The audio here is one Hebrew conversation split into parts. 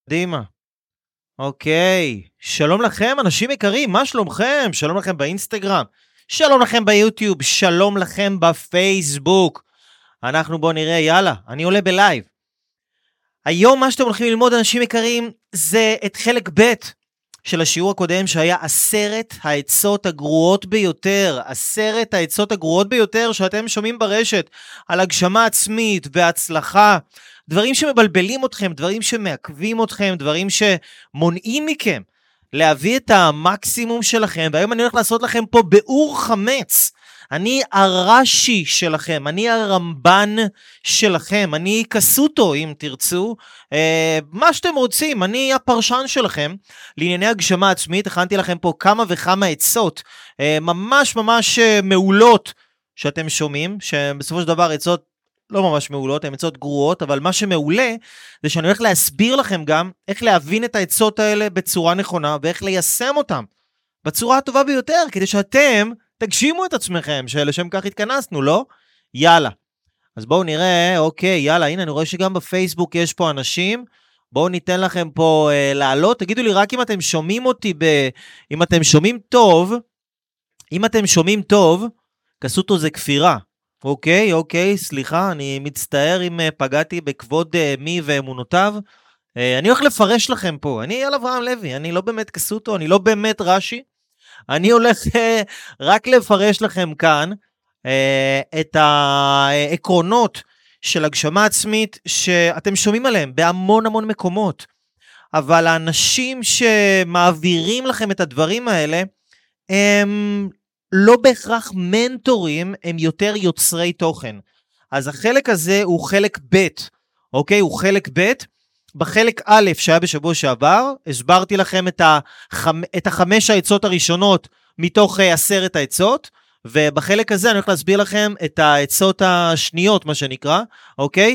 קדימה. אוקיי, שלום לכם אנשים יקרים, מה שלומכם? שלום לכם באינסטגרם, שלום לכם ביוטיוב, שלום לכם בפייסבוק. אנחנו בואו נראה, יאללה, אני עולה בלייב. היום מה שאתם הולכים ללמוד אנשים יקרים זה את חלק ב' של השיעור הקודם שהיה 10 העצות הגרועות ביותר, 10 העצות הגרועות ביותר שאתם שומעים ברשת על הגשמה עצמית והצלחה, דברים שמבלבלים אתכם, דברים שמעכבים אתכם, דברים שמונעים מכם להביא את המקסימום שלכם, והיום אני הולך לעשות לכם פה באור חמץ, אני הרש"י שלכם, אני הרמב"ן שלכם, אני קסוטו אם תרצו, מה שאתם רוצים, אני הפרשן שלכם לענייני הגשמה עצמית. הכנתי לכם פה כמה וכמה עצות ממש ממש מעולות שאתם שומעים, שבסופו של דבר עצות לא ממש מעולות, הן עצות גרועות, אבל מה שמעולה זה שאני הולך להסביר לכם גם איך להבין את העצות האלה בצורה נכונה, ואיך ליישם אותם בצורה הטובה ביותר, כדי שאתם תגשימו את עצמכם, שלשם כך התכנסנו, לא? יאללה. אז בואו נראה, אוקיי, יאללה, הנה אני רואה שגם בפייסבוק יש פה אנשים, בואו ניתן לכם פה לעלות, תגידו לי רק אם אתם שומעים אותי, אם אתם שומעים טוב, קסוטו זה כפירה, אוקיי, סליחה, אני מצטער אם פגעתי בכבוד מי ואמונותיו, אני הולך לפרש לכם פה, אני אייל אברהם לוי, אני לא באמת קסוטו, אני לא באמת רש"י, אני הולך רק לפרש לכם כאן את העקרונות של הגשמה עצמית שאתם שומעים עליהם בהמון המון מקומות, אבל האנשים שמעבירים לכם את הדברים האלה הם לא בהכרח מנטורים, הם יותר יוצרי תוכן. אז החלק הזה הוא חלק ב', אוקיי? הוא חלק ב'. בחלק א' שהיה בשבוע שעבר, הסברתי לכם את 5 העצות הראשונות מתוך 10 העצות, ובחלק הזה אני הולך להסביר לכם את העצות השניות, מה שנקרא, אוקיי?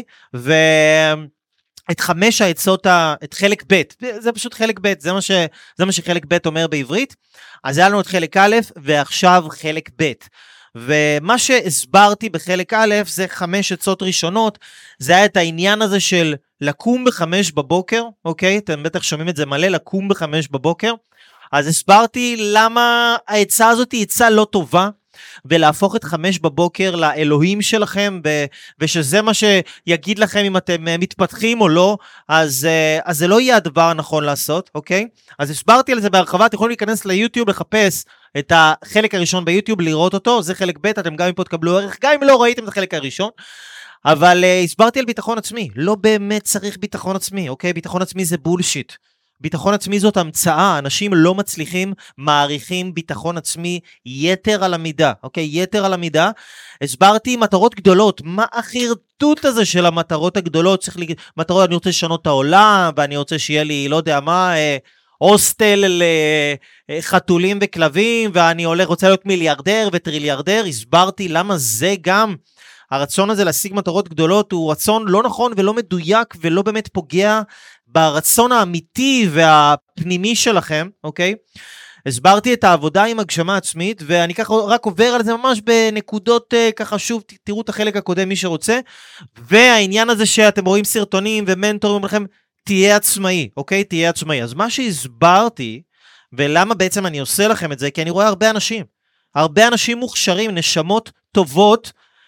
ואת 5 העצות, את חלק ב', זה פשוט חלק ב', זה מה שחלק ב' אומר בעברית. אז היה לנו את חלק א', ועכשיו חלק ב'. ומה שהסברתי בחלק א' זה 5 עצות ראשונות, זה היה את העניין הזה של לקום ב5 בבוקר, אוקיי? אתם בטח שומעים את זה מלא, לקום ב5 בבוקר. אז הסברתי למה העצה הזאת היא עצה לא טובה, ולהפוך את 5 בבוקר לאלוהים שלכם, ושזה מה שיגיד לכם אם אתם מתפתחים או לא, אז זה לא יהיה הדבר הנכון לעשות, אוקיי? אז הסברתי על זה בהרחבה, אתם יכולים להיכנס ליוטיוב, לחפש את החלק הראשון ביוטיוב, לראות אותו, זה חלק ב', אתם גם מפה תקבלו ערך, גם אם לא ראיתם את החלק הראשון, אבל הסברתי על ביטחון עצמי, לא באמת צריך ביטחון עצמי, אוקיי? ביטחון עצמי זה בולשיט, ביטחון עצמי זאת המצאה, אנשים לא מצליחים, מעריכים ביטחון עצמי יתר על המידה, אוקיי? יתר על המידה. הסברתי מטרות גדולות, מה החרטוט הזה של המטרות הגדולות? צריך מטרות, אני רוצה לשנות את העולם, ואני רוצה שיהיה לי, לא יודע מה, הוסטל לחתולים וכלבים, ואני רוצה להיות מיליארדר וטריליארדר. הסברתי למה זה גם, הרצון הזה להשיג מטרות גדולות הוא רצון לא נכון ולא מדויק ולא באמת פוגע ברצון האמיתי והפנימי שלכם, אוקיי? הסברתי את העבודה עם הגשמה עצמית, ואני ככה רק עובר על זה ממש בנקודות ככה, שוב, תראו את החלק הקודם מי שרוצה, והעניין הזה שאתם רואים סרטונים ומנטורים לכם, תהיה עצמאי, אוקיי? תהיה עצמאי. אז מה שהסברתי, ולמה בעצם אני עושה לכם את זה, כי אני רואה הרבה אנשים מוכשרים, נשמות טובות,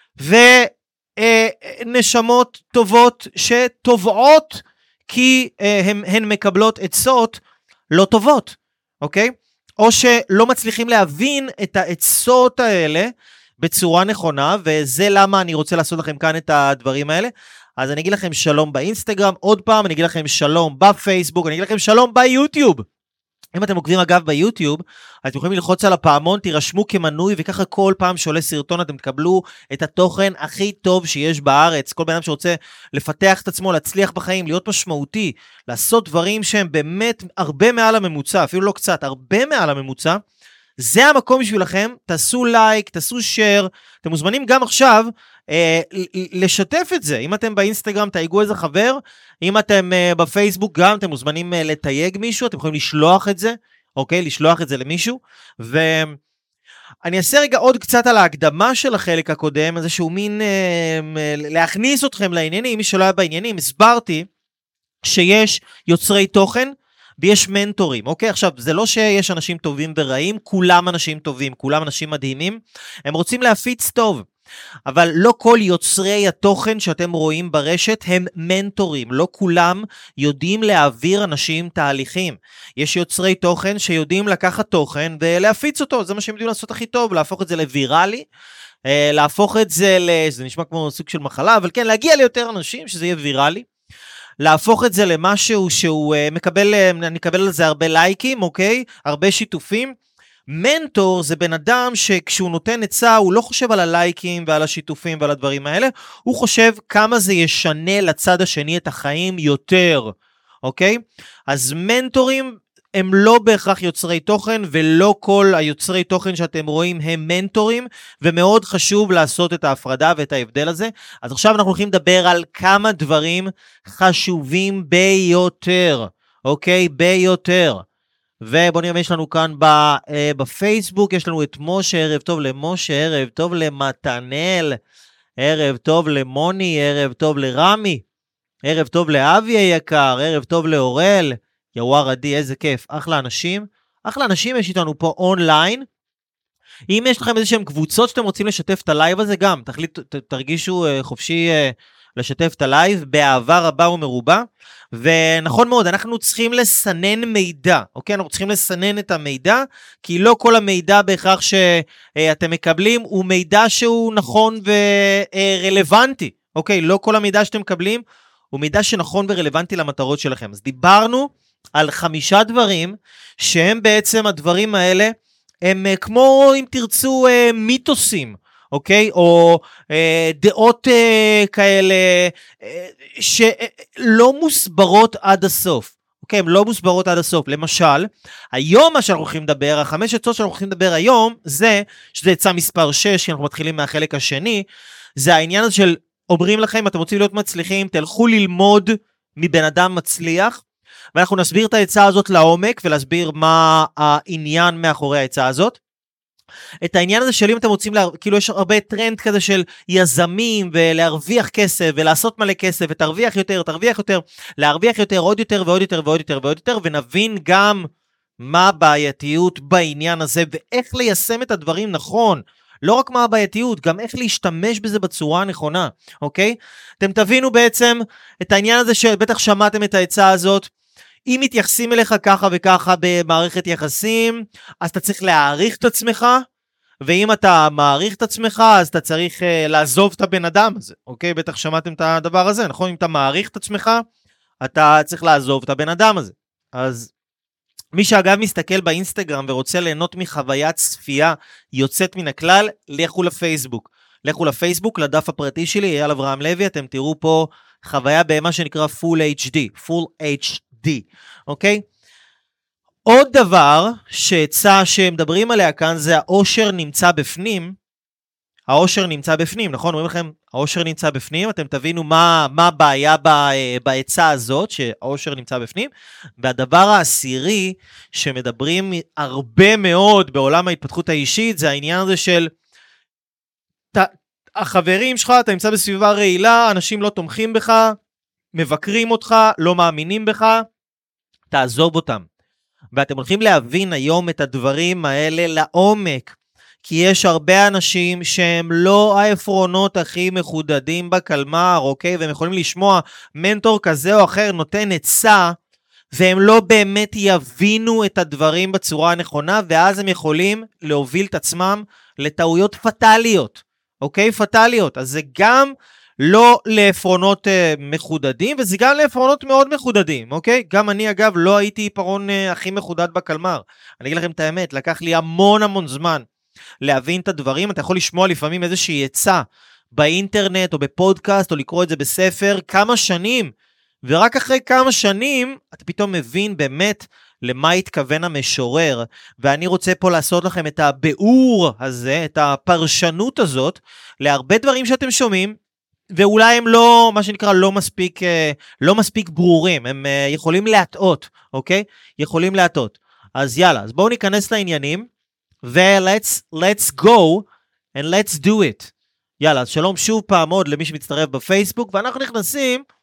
ונשמות טובות שטובעות, כי הן מקבלות עצות לא טובות, אוקיי? או שלא מצליחים להבין את העצות האלה בצורה נכונה, וזה למה אני רוצה לעשות לכם כאן את הדברים האלה. אז אני אגיד לכם שלום באינסטגרם, עוד פעם, אני אגיד לכם שלום בפייסבוק, אני אגיד לכם שלום ביוטיוב. אם אתם עוקבים אגב ביוטיוב, אתם יכולים ללחוץ על הפעמון, תירשמו כמנוי, וככה כל פעם שעולה סרטון אתם תקבלו את התוכן הכי טוב שיש בארץ. כל בן אדם שרוצה לפתח את עצמו, להצליח בחיים, להיות משמעותי, לעשות דברים שהם באמת הרבה מעל הממוצע, אפילו לא קצת, הרבה מעל הממוצע, זה המקום בשבילכם. תעשו לייק, תעשו שייר, אתם מוזמנים גם עכשיו לשתף את זה. אם אתם באינסטגרם תייגו איזה חבר, אם אתם בפייסבוק גם אתם מוזמנים לתייג מישהו, אתם יכולים לשלוח את זה, אוקיי? לשלוח את זה למישהו. ואני אעשה רגע עוד קצת על ההקדמה של החלק הקודם, איזשהו מין להכניס אתכם לעניינים, מי שלא היה בעניינים. הסברתי שיש יוצרי תוכן, ויש מנטורים, אוקיי? עכשיו, זה לא שיש אנשים טובים ורעים, כולם אנשים טובים, כולם אנשים מדהימים, הם רוצים להפיץ טוב, אבל לא כל יוצרי התוכן שאתם רואים ברשת הם מנטורים, לא כולם יודעים להעביר אנשים תהליכים. יש יוצרי תוכן שיודעים לקחת תוכן ולהפיץ אותו, זה מה שהם יודעים לעשות הכי טוב, להפוך את זה לוויראלי, להפוך את זה, זה נשמע כמו סוג של מחלה, אבל כן, להגיע ליותר אנשים שזה יהיה ויראלי, להפוך את זה למשהו שהוא מקבל, אני אקבל על זה הרבה לייקים, אוקיי? הרבה שיתופים. מנטור זה בן אדם שכשהוא נותן עצה, הוא לא חושב על הלייקים ועל השיתופים ועל הדברים האלה, הוא חושב כמה זה ישנה לצד השני את החיים יותר, אוקיי? אז מנטורים הם לא בהכרח יוצרי תוכן, ולא כל היוצרי תוכן שאתם רואים הם מנטורים, ומאוד חשוב לעשות את ההפרדה ואת ההבדל הזה. אז עכשיו אנחנו הולכים לדבר על כמה דברים חשובים ביותר, אוקיי? ביותר. ובוא נראה, יש לנו כאן בפייסבוק, יש לנו את משה, ערב טוב למשה, ערב טוב למתנאל, ערב טוב למוני, ערב טוב לרמי, ערב טוב לאבי היקר, ערב טוב לאורל, יוואר עדי, איזה כיף, אחלה אנשים, יש איתנו פה אונליין. אם יש לכם איזה שהם קבוצות שאתם רוצים לשתף את הלייב הזה, גם תרגישו חופשי לשתף את הלייב, באהבה רבה ומרובה. ונכון מאוד, אנחנו צריכים לסנן מידע, אוקיי? אנחנו צריכים לסנן את המידע, כי לא כל המידע בהכרח שאתם מקבלים הוא מידע שהוא נכון ורלוונטי, אוקיי? לא כל המידע שאתם מקבלים הוא מידע שנכון ורלוונטי למטרות שלכם. אז דיברנו על 5 דברים, שהם בעצם הדברים האלה, הם כמו אם תרצו מיתוסים, אוקיי? או דעות כאלה שלא מוסברות עד הסוף. אוקיי, הן לא מוסברות עד הסוף. למשל, היום מה שאנחנו הולכים לדבר, 5 עצות שאנחנו הולכים לדבר היום, זה, שזה עצה מספר 6, כי אנחנו מתחילים מהחלק השני, זה העניין הזה של, אומרים לכם, אתם רוצים להיות מצליחים, תלכו ללמוד מבן אדם מצליח, ואנחנו נסביר את העצה הזאת לעומק, ולהסביר מה העניין מאחורי העצה הזאת. את העניין הזה של אם אתם רוצים, כאילו יש הרבה טרנד כזה של יזמים ולהרוויח כסף ולעשות מלא כסף ותרוויח יותר, להרוויח יותר, עוד יותר ועוד יותר ועוד יותר ועוד יותר, ונבין גם מה הבעייתיות בעניין הזה ואיך ליישם את הדברים נכון. לא רק מה הבעייתיות, גם איך להשתמש בזה בצורה הנכונה, אוקיי? אתם תבינו בעצם את העניין הזה שבטח שמעתם את העצה הזאת, אם מתייחסים אליך ככה וככה במערכת יחסים, אז אתה צריך להעריך את עצמך, ואם אתה מעריך את עצמך, אז אתה צריך לעזוב את הבן אדם הזה, אוקיי? בטח שמעתם את הדבר הזה, נכון? אם אתה מעריך את עצמך, אתה צריך לעזוב את הבן אדם הזה. אז מי שאגב מסתכל באינסטגרם ורוצה ליהנות מחוויית צפייה יוצאת מן הכלל, לכו לפייסבוק. לכו לפייסבוק, לדף הפרטי שלי, אייל אברהם לוי, אתם תראו פה חוויה במה שנקרא Full HD, אוקיי? עוד דבר שהצעה שמדברים עליה כאן זה האושר נמצא בפנים. האושר נמצא בפנים, נכון? אומרים לכם, האושר נמצא בפנים, אתם תבינו מה הבעיה בהצעה הזאת, שהאושר נמצא בפנים. והדבר העשירי שמדברים הרבה מאוד בעולם ההתפתחות האישית, זה העניין הזה של החברים שלך, אתה נמצא בסביבה רעילה, אנשים לא תומכים בך, מבקרים אותך, לא מאמינים בך, תעזוב אותם. ואתם הולכים להבין היום את הדברים האלה לעומק, כי יש הרבה אנשים שהם לא העפרונות הכי מחודדים בקלמר, אוקיי? והם יכולים לשמוע מנטור כזה או אחר נותן עצה, והם לא באמת יבינו את הדברים בצורה הנכונה, ואז הם יכולים להוביל את עצמם לטעויות פטליות, אוקיי? פטליות. אז זה גם לא לעפרונות מחודדים, וזה גם לעפרונות מאוד מחודדים, אוקיי? גם אני אגב לא הייתי עיפרון הכי מחודד בקלמר. אני אגיד לכם את האמת, לקח לי המון זמן להבין את הדברים. אתה יכול לשמוע לפעמים איזושהי עצה באינטרנט או בפודקאסט או לקרוא את זה בספר כמה שנים, ורק אחרי כמה שנים אתה פתאום מבין באמת למה התכוון המשורר. ואני רוצה פה לעשות לכם את הביאור הזה, את הפרשנות הזאת להרבה דברים שאתם שומעים, ואולי הם לא, מה שנקרא, לא מספיק ברורים, הם יכולים להטעות, אוקיי? יכולים להטעות. אז יאללה, אז בואו ניכנס לעניינים, let's go and let's do it. יאללה, אז שלום שוב פעם עוד למי שמצטרף בפייסבוק, ואנחנו נכנסים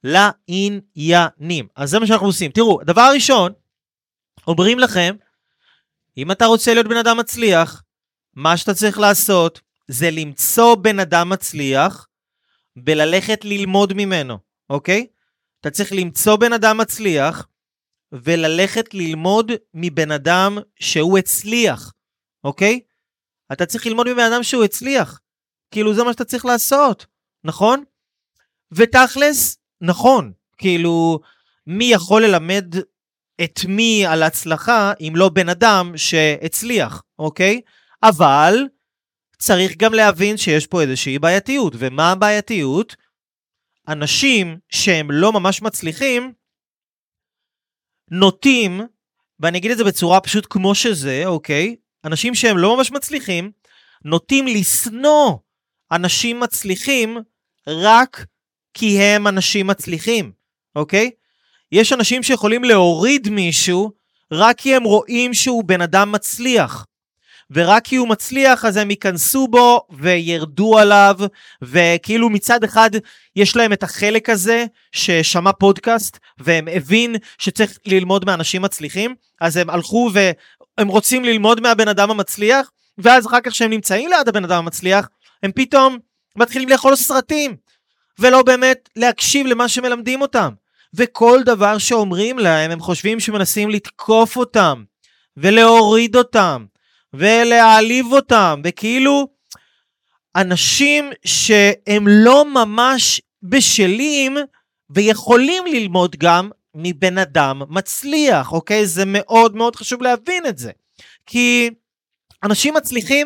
לעניינים. אז זה מה שאנחנו עושים. תראו, הדבר הראשון, אומרים לכם, אם אתה רוצה להיות בן אדם מצליח, מה שאתה צריך לעשות, זה למצוא בן אדם מצליח, וללכת ללמוד ממנו, אוקיי? אתה צריך למצוא בן אדם מצליח, וללכת ללמוד מבן אדם שהוא הצליח, אוקיי? אתה צריך ללמוד מבן אדם שהוא הצליח. כאילו זה מה שאתה צריך לעשות, נכון? ותכלס, נכון. כאילו, מי יכול ללמד את מי על הצלחה, אם לא בן אדם שהצליח, אוקיי? אבל צריך גם להבין שיש פה איזושהי בעייתיות. ומה הבעייתיות? אנשים שהם לא ממש מצליחים, נוטים, ואני אגיד את זה בצורה פשוט כמו שזה, אוקיי? אנשים שהם לא ממש מצליחים, נוטים לשנוא אנשים מצליחים, רק כי הם אנשים מצליחים, אוקיי? יש אנשים שיכולים להוריד מישהו, רק כי הם רואים שהוא בן אדם מצליח. ורק כי הוא מצליח, אז הם ייכנסו בו וירדו עליו, וכאילו מצד אחד יש להם את החלק הזה ששמע פודקאסט, והם הבין שצריך ללמוד מאנשים מצליחים, אז הם הלכו והם רוצים ללמוד מהבן אדם המצליח, ואז אחר כך שהם נמצאים ליד הבן אדם המצליח, הם פתאום מתחילים לאכול סרטים, ולא באמת להקשיב למה שמלמדים אותם. וכל דבר שאומרים להם, הם חושבים שמנסים לתקוף אותם, ולהוריד אותם, ולהעליב אותם, וכאילו אנשים שהם לא ממש בשלים, ויכולים ללמוד גם מבן אדם מצליח, אוקיי? זה מאוד מאוד חשוב להבין את זה. כי אנשים מצליחים,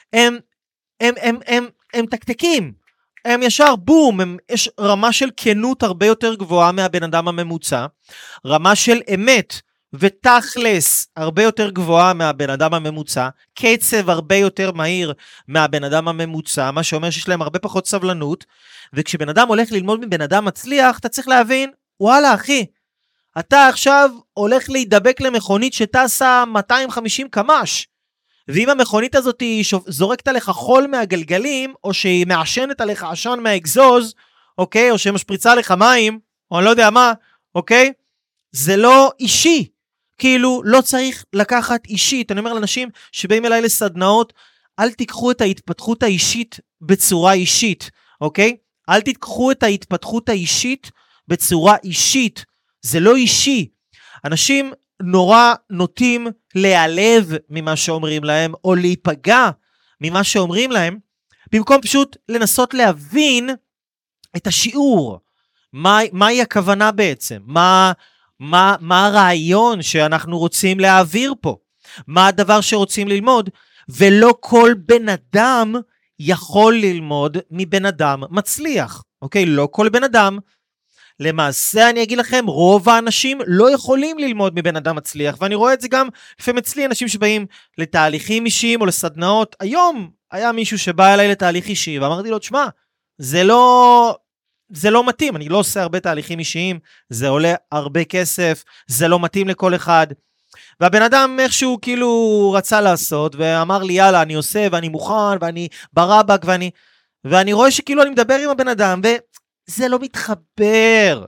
הם תקתקים, הם ישר בום, יש רמה של כנות הרבה יותר גבוהה מהבן אדם הממוצע, רמה של אמת ותכלס הרבה יותר גבוהה מהבן אדם הממוצע, קצב הרבה יותר מהיר מהבן אדם הממוצע, מה שאומר שיש להם הרבה פחות סבלנות, וכשבן אדם הולך ללמוד מבן אדם מצליח, אתה צריך להבין, וואלה אחי, אתה עכשיו הולך להידבק למכונית שטסה 250 קמ"ש, ואם המכונית הזאת היא זורקת עליך חול מהגלגלים, או שהיא מעשנת עליך עשן מהאגזוז, אוקיי? או שהיא משפריצה עליך מים, או אני לא יודע מה, אוקיי? זה לא אישי. כאילו, לא צריך לקחת אישית. אני אומר לאנשים שבאים אליי לסדנאות, אל תיקחו את ההתפתחות האישית בצורה אישית, אוקיי? אל תיקחו את ההתפתחות האישית בצורה אישית. זה לא אישי. אנשים נורא נוטים להיעלב ממה שאומרים להם, או להיפגע ממה שאומרים להם, במקום פשוט לנסות להבין את השיעור. מהי הכוונה בעצם? מה הרעיון שאנחנו רוצים להעביר פה? מה הדבר שרוצים ללמוד? ולא כל בן אדם יכול ללמוד מבן אדם מצליח. אוקיי? לא כל בן אדם. למעשה אני אגיד לכם, רוב האנשים לא יכולים ללמוד מבן אדם מצליח, ואני רואה את זה גם לפעמים אצלי, אנשים שבאים לתהליכים אישיים או לסדנאות. היום היה מישהו שבא אליי לתהליך אישי, ואמרתי לו, תשמע, זה לא מתאים, אני לא עושה הרבה תהליכים אישיים, זה עולה הרבה כסף, זה לא מתאים לכל אחד, והבן אדם איכשהו כאילו רצה לעשות, ואמר לי יאללה אני עושה ואני מוכן, ואני ברבק, ואני רואה שכאילו אני מדבר עם הבן אדם, זה לא מתחבר,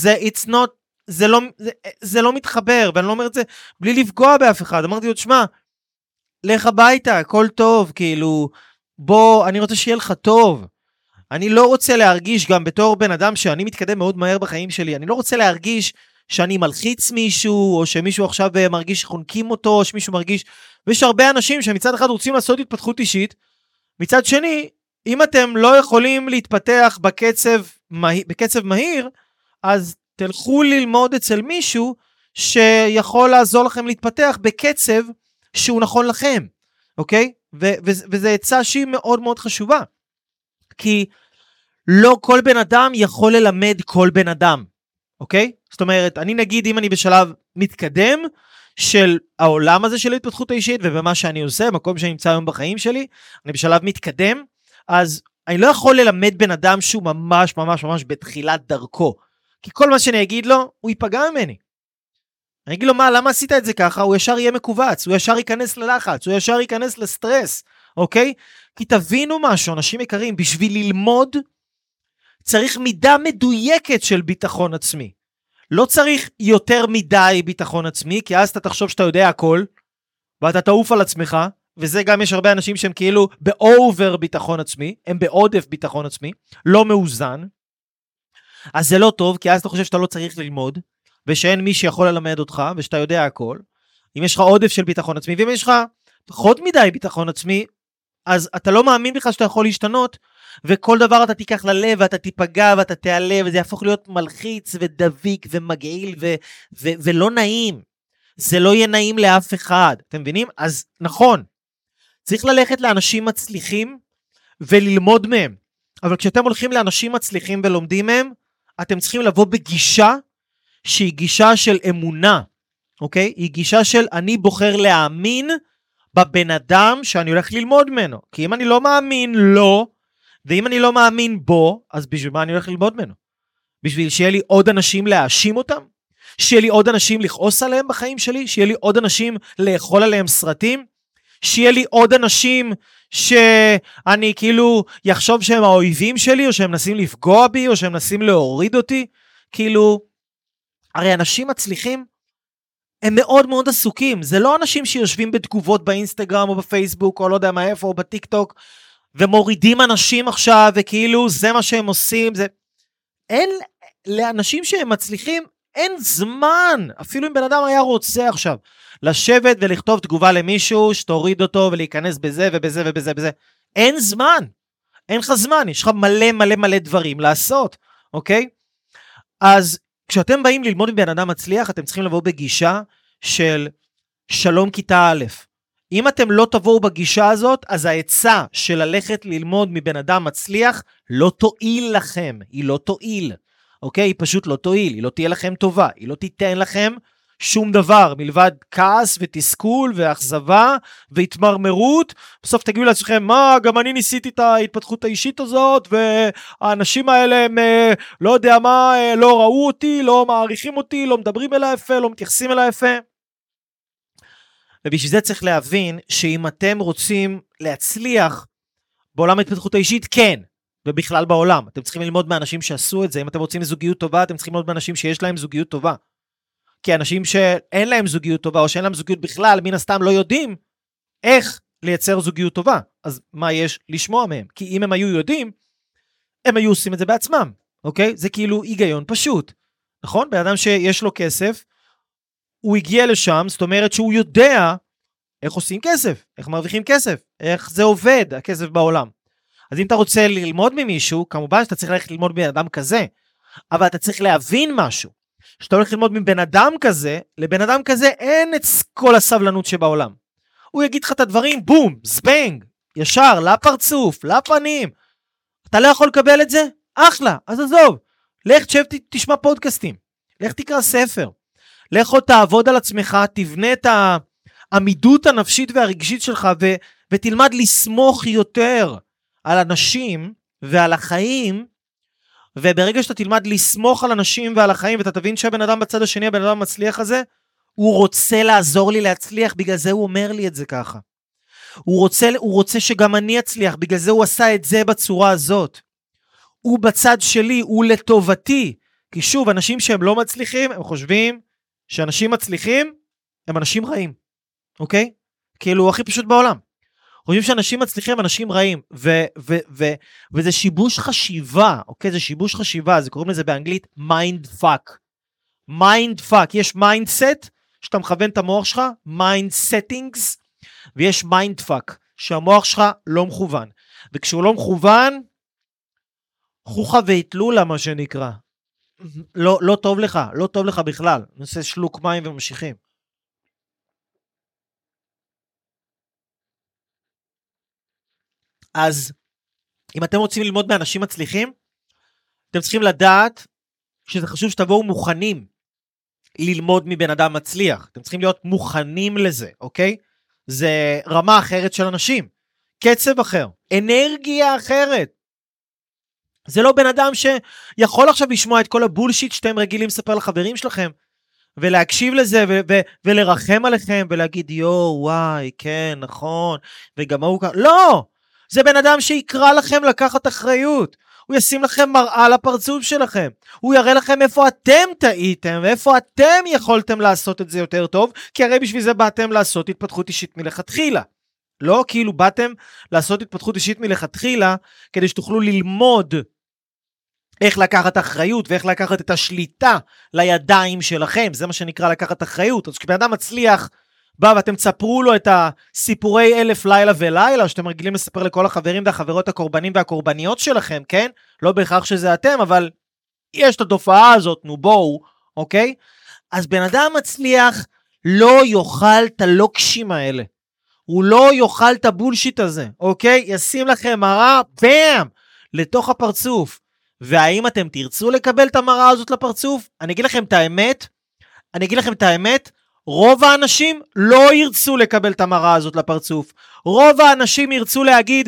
זה לא מתחבר, ואני לא אומר את זה בלי לפגוע באף אחד. אמרתי לו, תשמע, לך הביתה, הכל טוב, כאילו, בוא, אני רוצה שיהיה לך טוב. אני לא רוצה להרגיש גם בתור בן אדם שאני מתקדם מאוד מהר בחיים שלי, אני לא רוצה להרגיש שאני מלחיץ מישהו, או שמישהו עכשיו מרגיש שחונקים אותו, או שמישהו מרגיש, ויש הרבה אנשים שמצד אחד רוצים לעשות התפתחות אישית, מצד שני, אם אתם לא יכולים להתפתח בקצב מהיר, אז תלכו ללמוד אצל מישהו שיכול לעזור לכם להתפתח בקצב שהוא נכון לכם, אוקיי? וזה עצה שהיא מאוד מאוד חשובה, כי לא כל בן אדם יכול ללמד כל בן אדם, אוקיי? זאת אומרת, אני נגיד אם אני בשלב מתקדם של העולם הזה של ההתפתחות האישית, ובמה שאני עושה, מקום שאני נמצא היום בחיים שלי, אני בשלב מתקדם, אז אני לא יכול ללמד בן אדם שהוא ממש ממש ממש בתחילת דרכו, כי כל מה שאני אגיד לו, הוא ייפגע ממני. אני אגיד לו, מה, למה עשית את זה ככה? הוא ישר יהיה מקובץ, הוא ישר ייכנס ללחץ, הוא ישר ייכנס לסטרס, אוקיי? כי תבינו משהו, אנשים יקרים, בשביל ללמוד, צריך מידה מדויקת של ביטחון עצמי. לא צריך יותר מדי ביטחון עצמי, כי אז אתה תחשוב שאתה יודע הכל, ואתה תעוף על עצמך, וזה גם יש הרבה אנשים שהם כאילו באובר ביטחון עצמי, הם בעודף ביטחון עצמי, לא מאוזן, אז זה לא טוב, כי אז אתה חושב שאתה לא צריך ללמוד, ושאין מי שיכול ללמד אותך, ושאתה יודע הכל. אם יש לך עודף של ביטחון עצמי, ואם יש לך פחות מדי ביטחון עצמי, אז אתה לא מאמין בכלל שאתה יכול להשתנות, וכל דבר אתה תיקח ללב, ואתה תיפגע, ואתה תעלה, וזה יהפוך להיות מלחיץ, ודביק, ומגעיל, ולא נעים. זה לא יהיה נעים לאף אחד, אתם מבינים? אז נכון, צריך ללכת לאנשים מצליחים, וללמוד מהם. אבל כשאתם הולכים לאנשים מצליחים ולומדים מהם, אתם צריכים לבוא בגישה, שהיא גישה של אמונה, אוקיי? היא גישה של אני בוחר להאמין, בבן אדם שאני הולך ללמוד ממנו. כי אם אני לא מאמין לו, ואם אני לא מאמין בו, אז בשביל מה אני הולך ללמוד ממנו? בשביל שיהיה לי עוד אנשים להאשים אותם? שיהיה לי עוד אנשים לכעוס עליהם בחיים שלי? שיהיה לי עוד אנשים לאכול עליהם סרטים? שיהיה לי עוד אנשים שאני כאילו יחשוב שהם האויבים שלי, או שהם מנסים לפגוע בי, או שהם מנסים להוריד אותי? כאילו, הרי אנשים מצליחים, הם מאוד מאוד עסוקים, זה לא אנשים שיושבים בתגובות באינסטגרם או בפייסבוק או לא יודע מה איפה או בטיק טוק ומורידים אנשים עכשיו וכאילו זה מה שהם עושים, זה אין, לאנשים שהם מצליחים אין זמן, אפילו אם בן אדם היה רוצה עכשיו לשבת ולכתוב תגובה למישהו שתוריד אותו ולהיכנס בזה ובזה ובזה ובזה, אין זמן, אין לך זמן, יש לך מלא מלא מלא דברים לעשות, אוקיי? אז כשאתם באים ללמוד מבן אדם מצליח, אתם צריכים לבוא בגישה של שלום כיתה א'. אם אתם לא תבואו בגישה הזאת, אז העצה של ללכת ללמוד מבן אדם מצליח, לא תועיל לכם, היא לא תועיל, אוקיי? היא פשוט לא תועיל, היא לא תהיה לכם טובה, היא לא תיתן לכם שום דבר, מלבד כעס ותסכול ואכזבה והתמרמרות, בסוף תגידו לעצמכם, מה, גם אני ניסיתי את ההתפתחות האישית הזאת, והאנשים האלה הם, לא יודע מה, לא ראו אותי, לא מעריכים אותי, לא מדברים אליי יפה, לא מתייחסים אליי יפה. ובשביל זה צריך להבין, שאם אתם רוצים להצליח בעולם ההתפתחות האישית, כן, ובכלל בעולם, אתם צריכים ללמוד מאנשים שעשו את זה, אם אתם רוצים זוגיות טובה, אתם צריכים ללמוד מאנשים שיש להם זוגיות טובה. כי אנשים שאין להם זוגיות טובה, או שאין להם זוגיות בכלל, מן הסתם לא יודעים איך לייצר זוגיות טובה. אז מה יש לשמוע מהם? כי אם הם היו יודעים, הם היו עושים את זה בעצמם, אוקיי? זה כאילו היגיון פשוט, נכון? בן אדם שיש לו כסף, הוא הגיע לשם, זאת אומרת שהוא יודע איך עושים כסף, איך מרוויחים כסף, איך זה עובד, הכסף בעולם. אז אם אתה רוצה ללמוד ממישהו, כמובן שאתה צריך ללכת ללמוד מבן אדם כזה, אבל אתה צריך להבין משהו. כשאתה הולך ללמוד מבן אדם כזה, לבן אדם כזה אין את כל הסבלנות שבעולם. הוא יגיד לך את הדברים, בום, זבנג, ישר, לפרצוף, לפנים. אתה לא יכול לקבל את זה? אחלה, אז עזוב. לך תשב, תשמע פודקאסטים. לך תקרא ספר. לך עוד תעבוד על עצמך, תבנה את העמידות הנפשית והרגשית שלך, ותלמד לסמוך יותר על אנשים ועל החיים, וברגע שאתה תלמד לסמוך על אנשים ועל החיים, ואתה תבין שהבן אדם בצד השני, הבן אדם המצליח הזה, הוא רוצה לעזור לי להצליח, בגלל זה הוא אומר לי את זה ככה. הוא רוצה שגם אני אצליח, בגלל זה הוא עשה את זה בצורה הזאת. הוא בצד שלי, הוא לטובתי. כי שוב, אנשים שהם לא מצליחים, הם חושבים שאנשים מצליחים, הם אנשים רעים. אוקיי? כאילו, הכי פשוט בעולם. חושבים שאנשים מצליחים, אנשים רעים, וזה שיבוש חשיבה, אוקיי? זה שיבוש חשיבה, זה קוראים לזה באנגלית mind fuck. mind fuck, יש mindset, שאתה מכוון את המוח שלך, mind settings, ויש mind fuck, שהמוח שלך לא מכוון. וכשהוא לא מכוון, חוכה והתלולה, מה שנקרא. לא טוב לך, לא טוב לך בכלל. נעשה שלוק מים וממשיכים. אז אם אתם רוצים ללמוד מאנשים מצליחים, אתם צריכים לדעת שזה חשוב שתבואו מוכנים ללמוד מבן אדם מצליח. אתם צריכים להיות מוכנים לזה, אוקיי? זה רמה אחרת של אנשים, קצב אחר, אנרגיה אחרת. זה לא בן אדם שיכול עכשיו לשמוע את כל הבולשיט שאתם רגילים לספר לחברים שלכם, ולהקשיב לזה ולרחם עליכם ולהגיד יו וואי כן נכון וגם הוא לא, זה בן אדם שיקרא לכם לקחת אחריות, הוא ישים לכם מראה לפרצוף שלכם. הוא יראה לכם איפה אתם טעיתם, ואיפה אתם יכולתם לעשות את זה יותר טוב, כי הרי בשביל זה באתם לעשות התפתחות אישית מלכתחילה. לא כאילו באתם לעשות התפתחות אישית מלכתחילה, כדי שתוכלו ללמוד איך לקחת אחריות, ואיך לקחת את השליטה לידיים שלכם. זה מה שנקרא לקחת אחריות. אז כשבן אדם מצליח, בא ואתם תספרו לו את הסיפורי 1000 לילה ולילה, שאתם רגילים לספר לכל החברים והחברות הקורבנים והקורבניות שלכם, כן? לא בהכרח שזה אתם, אבל יש את התופעה הזאת, נו בואו, אוקיי? אז בן אדם מצליח לא יאכל את הלוקשים האלה. הוא לא יאכל את הבולשיט הזה, אוקיי? ישים לכם מראה, בם! לתוך הפרצוף. והאם אתם תרצו לקבל את המראה הזאת לפרצוף? אני אגיד לכם את האמת, רוב האנשים לא ירצו לקבל את המראה הזאת לפרצוף. רוב האנשים ירצו להגיד,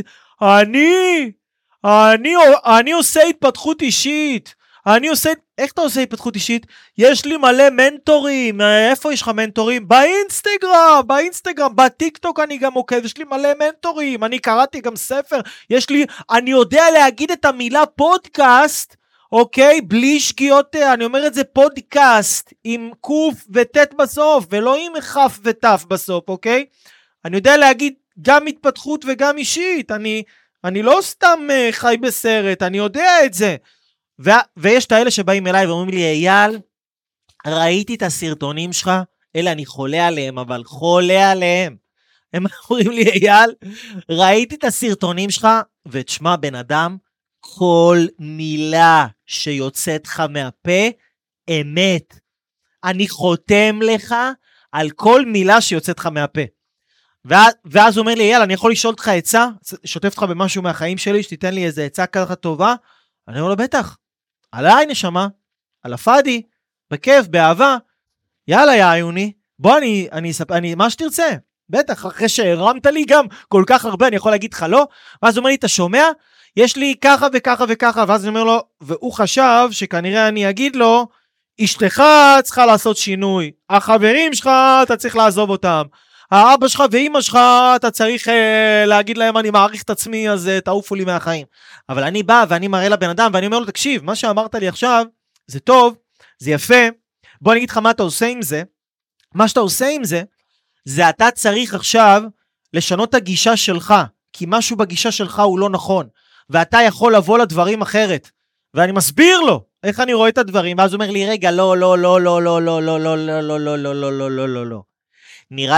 אני עושה התפתחות אישית. איך אתה עושה התפתחות אישית? יש לי מלא מנטורים. איפה יש לך מנטורים? באינסטגרם, בטיקטוק אני גם עוקב, יש לי מלא מנטורים. אני קראתי גם ספר, אני יודע להגיד את המילה פודקאסט, אוקיי? בלי שגיאות, אני אומר את זה פודקאסט, עם קוף וטט בסוף, ולא עם חף וטף בסוף, אוקיי? אני יודע להגיד גם התפתחות וגם אישית, אני לא סתם חי בסרט, אני יודע את זה. ויש את האלה שבאים אליי ואומרים לי, אייל, ראיתי את הסרטונים שלך, אלה אני חולה עליהם, אבל חולה עליהם. הם אומרים לי, אייל, ראיתי את הסרטונים שלך, ותשמע בן אדם, כל מילה שיוצאת לך מהפה, אמת. אני חותם לך על כל מילה שיוצאת לך מהפה. ואז הוא אומר לי, אייל, אני יכול לשאול אותך עצה? שותף אותך במשהו מהחיים שלי, שתיתן לי איזה עצה ככה טובה? אני אומר לו, בטח. עליי נשמה, על הפאדי, בכיף, באהבה. יאללה יעיוני, בוא אני מה שתרצה. בטח, אחרי שהרמת לי גם כל כך הרבה, אני יכול להגיד לך לא. ואז הוא אומר לי, אתה שומע? יש לי ככה וככה וככה, ואז אני אומר לו, והוא חשב שכנראה אני אגיד לו, אשתך צריכה לעשות שינוי, החברים שלך אתה צריך לעזוב אותם, האבא שלך ואמא שלך אתה צריך להגיד להם אני מעריך את עצמי, אז תעופו לי מהחיים. אבל אני בא ואני מראה לבן אדם ואני אומר לו, תקשיב, מה שאמרת לי עכשיו זה טוב, זה יפה, בוא אני אגיד לך מה אתה עושה עם זה. מה שאתה עושה עם זה, זה אתה צריך עכשיו לשנות את הגישה שלך, כי משהו בגישה שלך הוא לא נכון, ואתה יכול לבוא לדברים אחרת. ואני מסביר לו איך אני רואה את הדברים, ואז הוא אומר לי, רגע, לא, לא, לא, לא, לא, לא, לא, לא, לא, לא, לא, לא, לא, לא, לא, לא, לא. נראה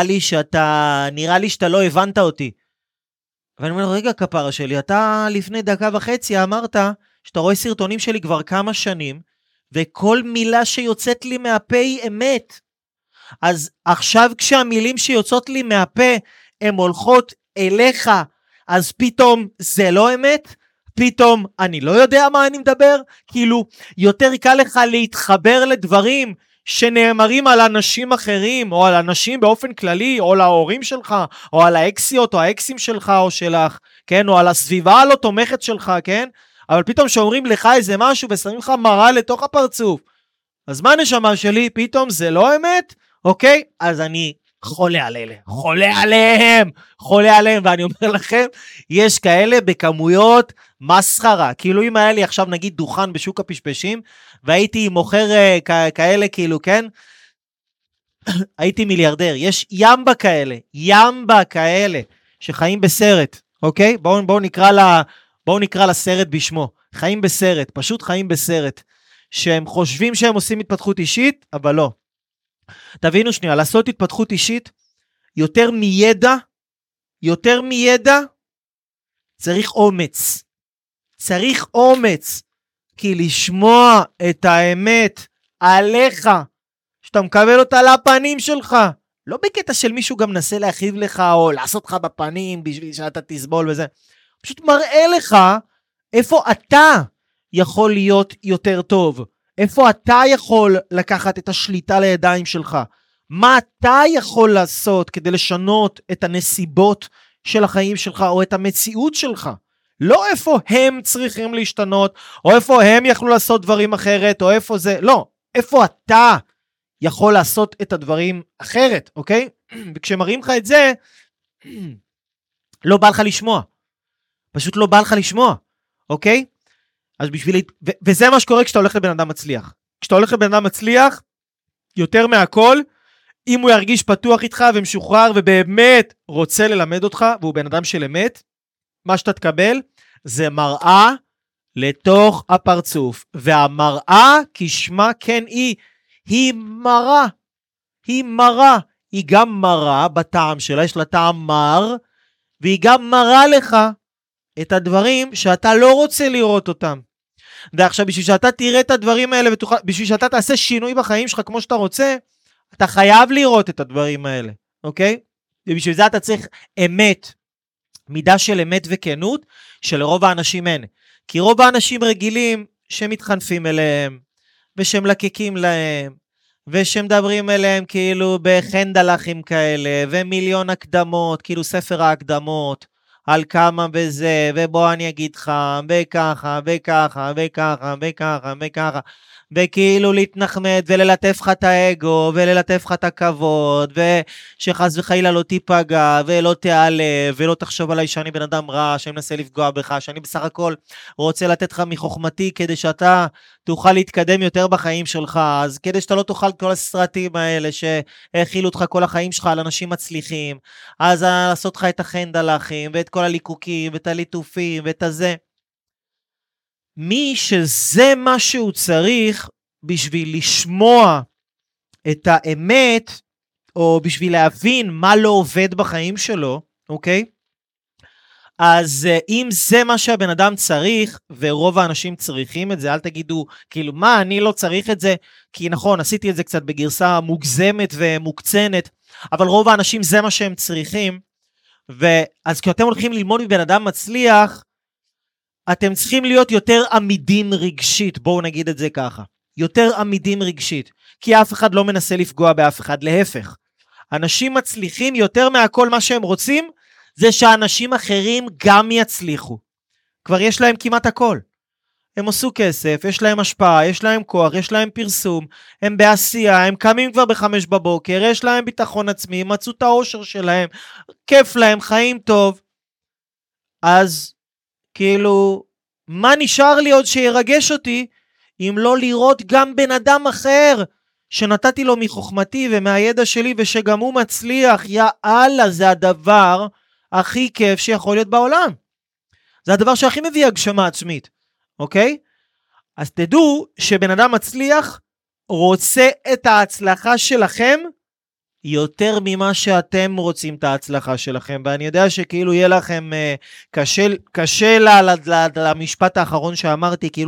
לי שאתה לא הבנת אותי. ואני אומר לו, רגע כפרה שלי, אתה לפני דקה וחצי אמרת שאתה רואה סרטונים שלי כבר כמה שנים, וכל מילה שיוצאת לי מהפה היא אמת. אז עכשיו כשהמילים שיוצאות לי מהפה הן הולכות אליך, אז פתאום זה לא אמת? פתאום אני לא יודע מה אני מדבר? כאילו יותר קל לך להתחבר לדברים שנאמרים על אנשים אחרים, או על אנשים באופן כללי, או להורים שלך, או על האקסיות או האקסים שלך או שלך, כן? או על הסביבה הלא תומכת שלך, כן? אבל פתאום שאומרים לך איזה משהו ושמים לך מראה לתוך הפרצוף, אז מה נשמה שלי? פתאום זה לא אמת? אוקיי? אז אני חולה על אלה, חולה עליהם, ואני אומר לכם, יש כאלה בכמויות מסחרה. כאילו אם היה לי עכשיו נגיד דוכן בשוק הפשפשים, והייתי מוכר כאלה כאילו, כן? הייתי מיליארדר. יש ימבה כאלה, שחיים בסרט, אוקיי? בואו נקרא לסרט בשמו. חיים בסרט, פשוט חיים בסרט. שהם חושבים שהם עושים התפתחות אישית, אבל לא. תבינו שנייה, לעשות התפתחות אישית, יותר מידע, צריך אומץ, כי לשמוע את האמת עליך, שאתה מקבל אותה לפנים שלך, לא בקטע של מישהו גם נסה להכאיב לך, או לעשות לך בפנים, בשביל שאתה תסבול וזה, פשוט מראה לך, איפה אתה יכול להיות יותר טוב, איפה אתה יכול לקחת את השליטה לידיים שלך, מה אתה יכול לעשות כדי לשנות את הנסיבות של החיים שלך, או את המציאות שלך, לא איפה הם צריכים להשתנות, או איפה הם יכלו לעשות דברים אחרת, או איפה זה, לא, איפה אתה יכול לעשות את הדברים אחרת, אוקיי? וכשמראים לך את זה, לא בא לך לשמוע, פשוט לא בא לך לשמוע, אוקיי? אז וזה מה שקורה כשאתה הולך לבן אדם מצליח. כשאתה הולך לבן אדם מצליח, יותר מהכל, אם הוא ירגיש פתוח איתך ומשוחרר ובאמת רוצה ללמד אותך, והוא בן אדם של אמת, מה שאתה תקבל זה מראה לתוך הפרצוף. והמראה, כשמה כן היא מראה. היא מראה. היא גם מראה בטעם שלה, יש לה טעם מר, והיא גם מראה לך את הדברים שאתה לא רוצה לראות אותם. ועכשיו, בשביל שאתה תראה את הדברים האלה, בשביל שאתה תעשה שינוי בחיים שלך כמו שאתה רוצה, אתה חייב לראות את הדברים האלה, אוקיי? ובשביל זה אתה צריך אמת, מידה של אמת וכנות, שלרוב האנשים אין. כי רוב האנשים רגילים שמתחנפים אליהם, ושמלקקים להם, ושמדברים אליהם כאילו בחנדלחים כאלה, ומיליון הקדמות, כאילו ספר ההקדמות, על כמה וזה, ובוא אני אגיד לך, וככה, וככה, וככה, וככה, וככה, וכאילו להתנחמד וללטף לך את האגו, וללטף לך את הכבוד, ושחס וחלילה לא תיפגע, ולא תיעלב, ולא תחשוב עליי שאני בן אדם רע, שאני מנסה לפגוע בך, שאני בסך הכל רוצה לתת לך מחוכמתי, כדי שאתה תוכל להתקדם יותר בחיים שלך, אז כדי שאתה לא תאכל כל הסרטים האלה, שהאכילו אותך כל החיים שלך על אנשים מצליחים, אז לעשות לך את החנדלחים, ואת כל הליקוקים, ואת הליטופים, ואת הזה. מי שזה מה שהוא צריך בשביל לשמוע את האמת, או בשביל להבין מה לא עובד בחיים שלו, אוקיי? אז אם זה מה שהבן אדם צריך, ורוב האנשים צריכים את זה, אל תגידו, כאילו, מה, אני לא צריך את זה, כי נכון, עשיתי את זה קצת בגרסה מוגזמת ומוקצנת, אבל רוב האנשים זה מה שהם צריכים, ואז כשאתם הולכים ללמוד מבן אדם מצליח, אתם צריכים להיות יותר עמידים רגשית, בואו נגיד את זה ככה, יותר עמידים רגשית, כי אף אחד לא מנסה לפגוע באף אחד, להפך. אנשים מצליחים יותר מהכל מה שהם רוצים, זה שאנשים אחרים גם יצליחו. כבר יש להם כמעט הכל. הם עשו כסף, יש להם השפעה, יש להם כוח, יש להם פרסום, הם בעשייה, הם קמים כבר ב5 בבוקר, יש להם ביטחון עצמי, מצאו את האושר שלהם, כיף להם, חיים טוב. אז כאילו, מה נשאר לי עוד שירגש אותי, אם לא לראות גם בן אדם אחר, שנתתי לו מחוכמתי ומהידע שלי, ושגם הוא מצליח, יאללה, זה הדבר הכי כיף שיכול להיות בעולם. זה הדבר שהכי מביא הגשמה עצמית, אוקיי? אז תדעו שבן אדם מצליח, רוצה את ההצלחה שלכם, יותר ממה שאתם רוצים את ההצלחה שלכם, ואני יודע שכאילו יהיה לכם קשה למשפט האחרון שאמרתי, כאילו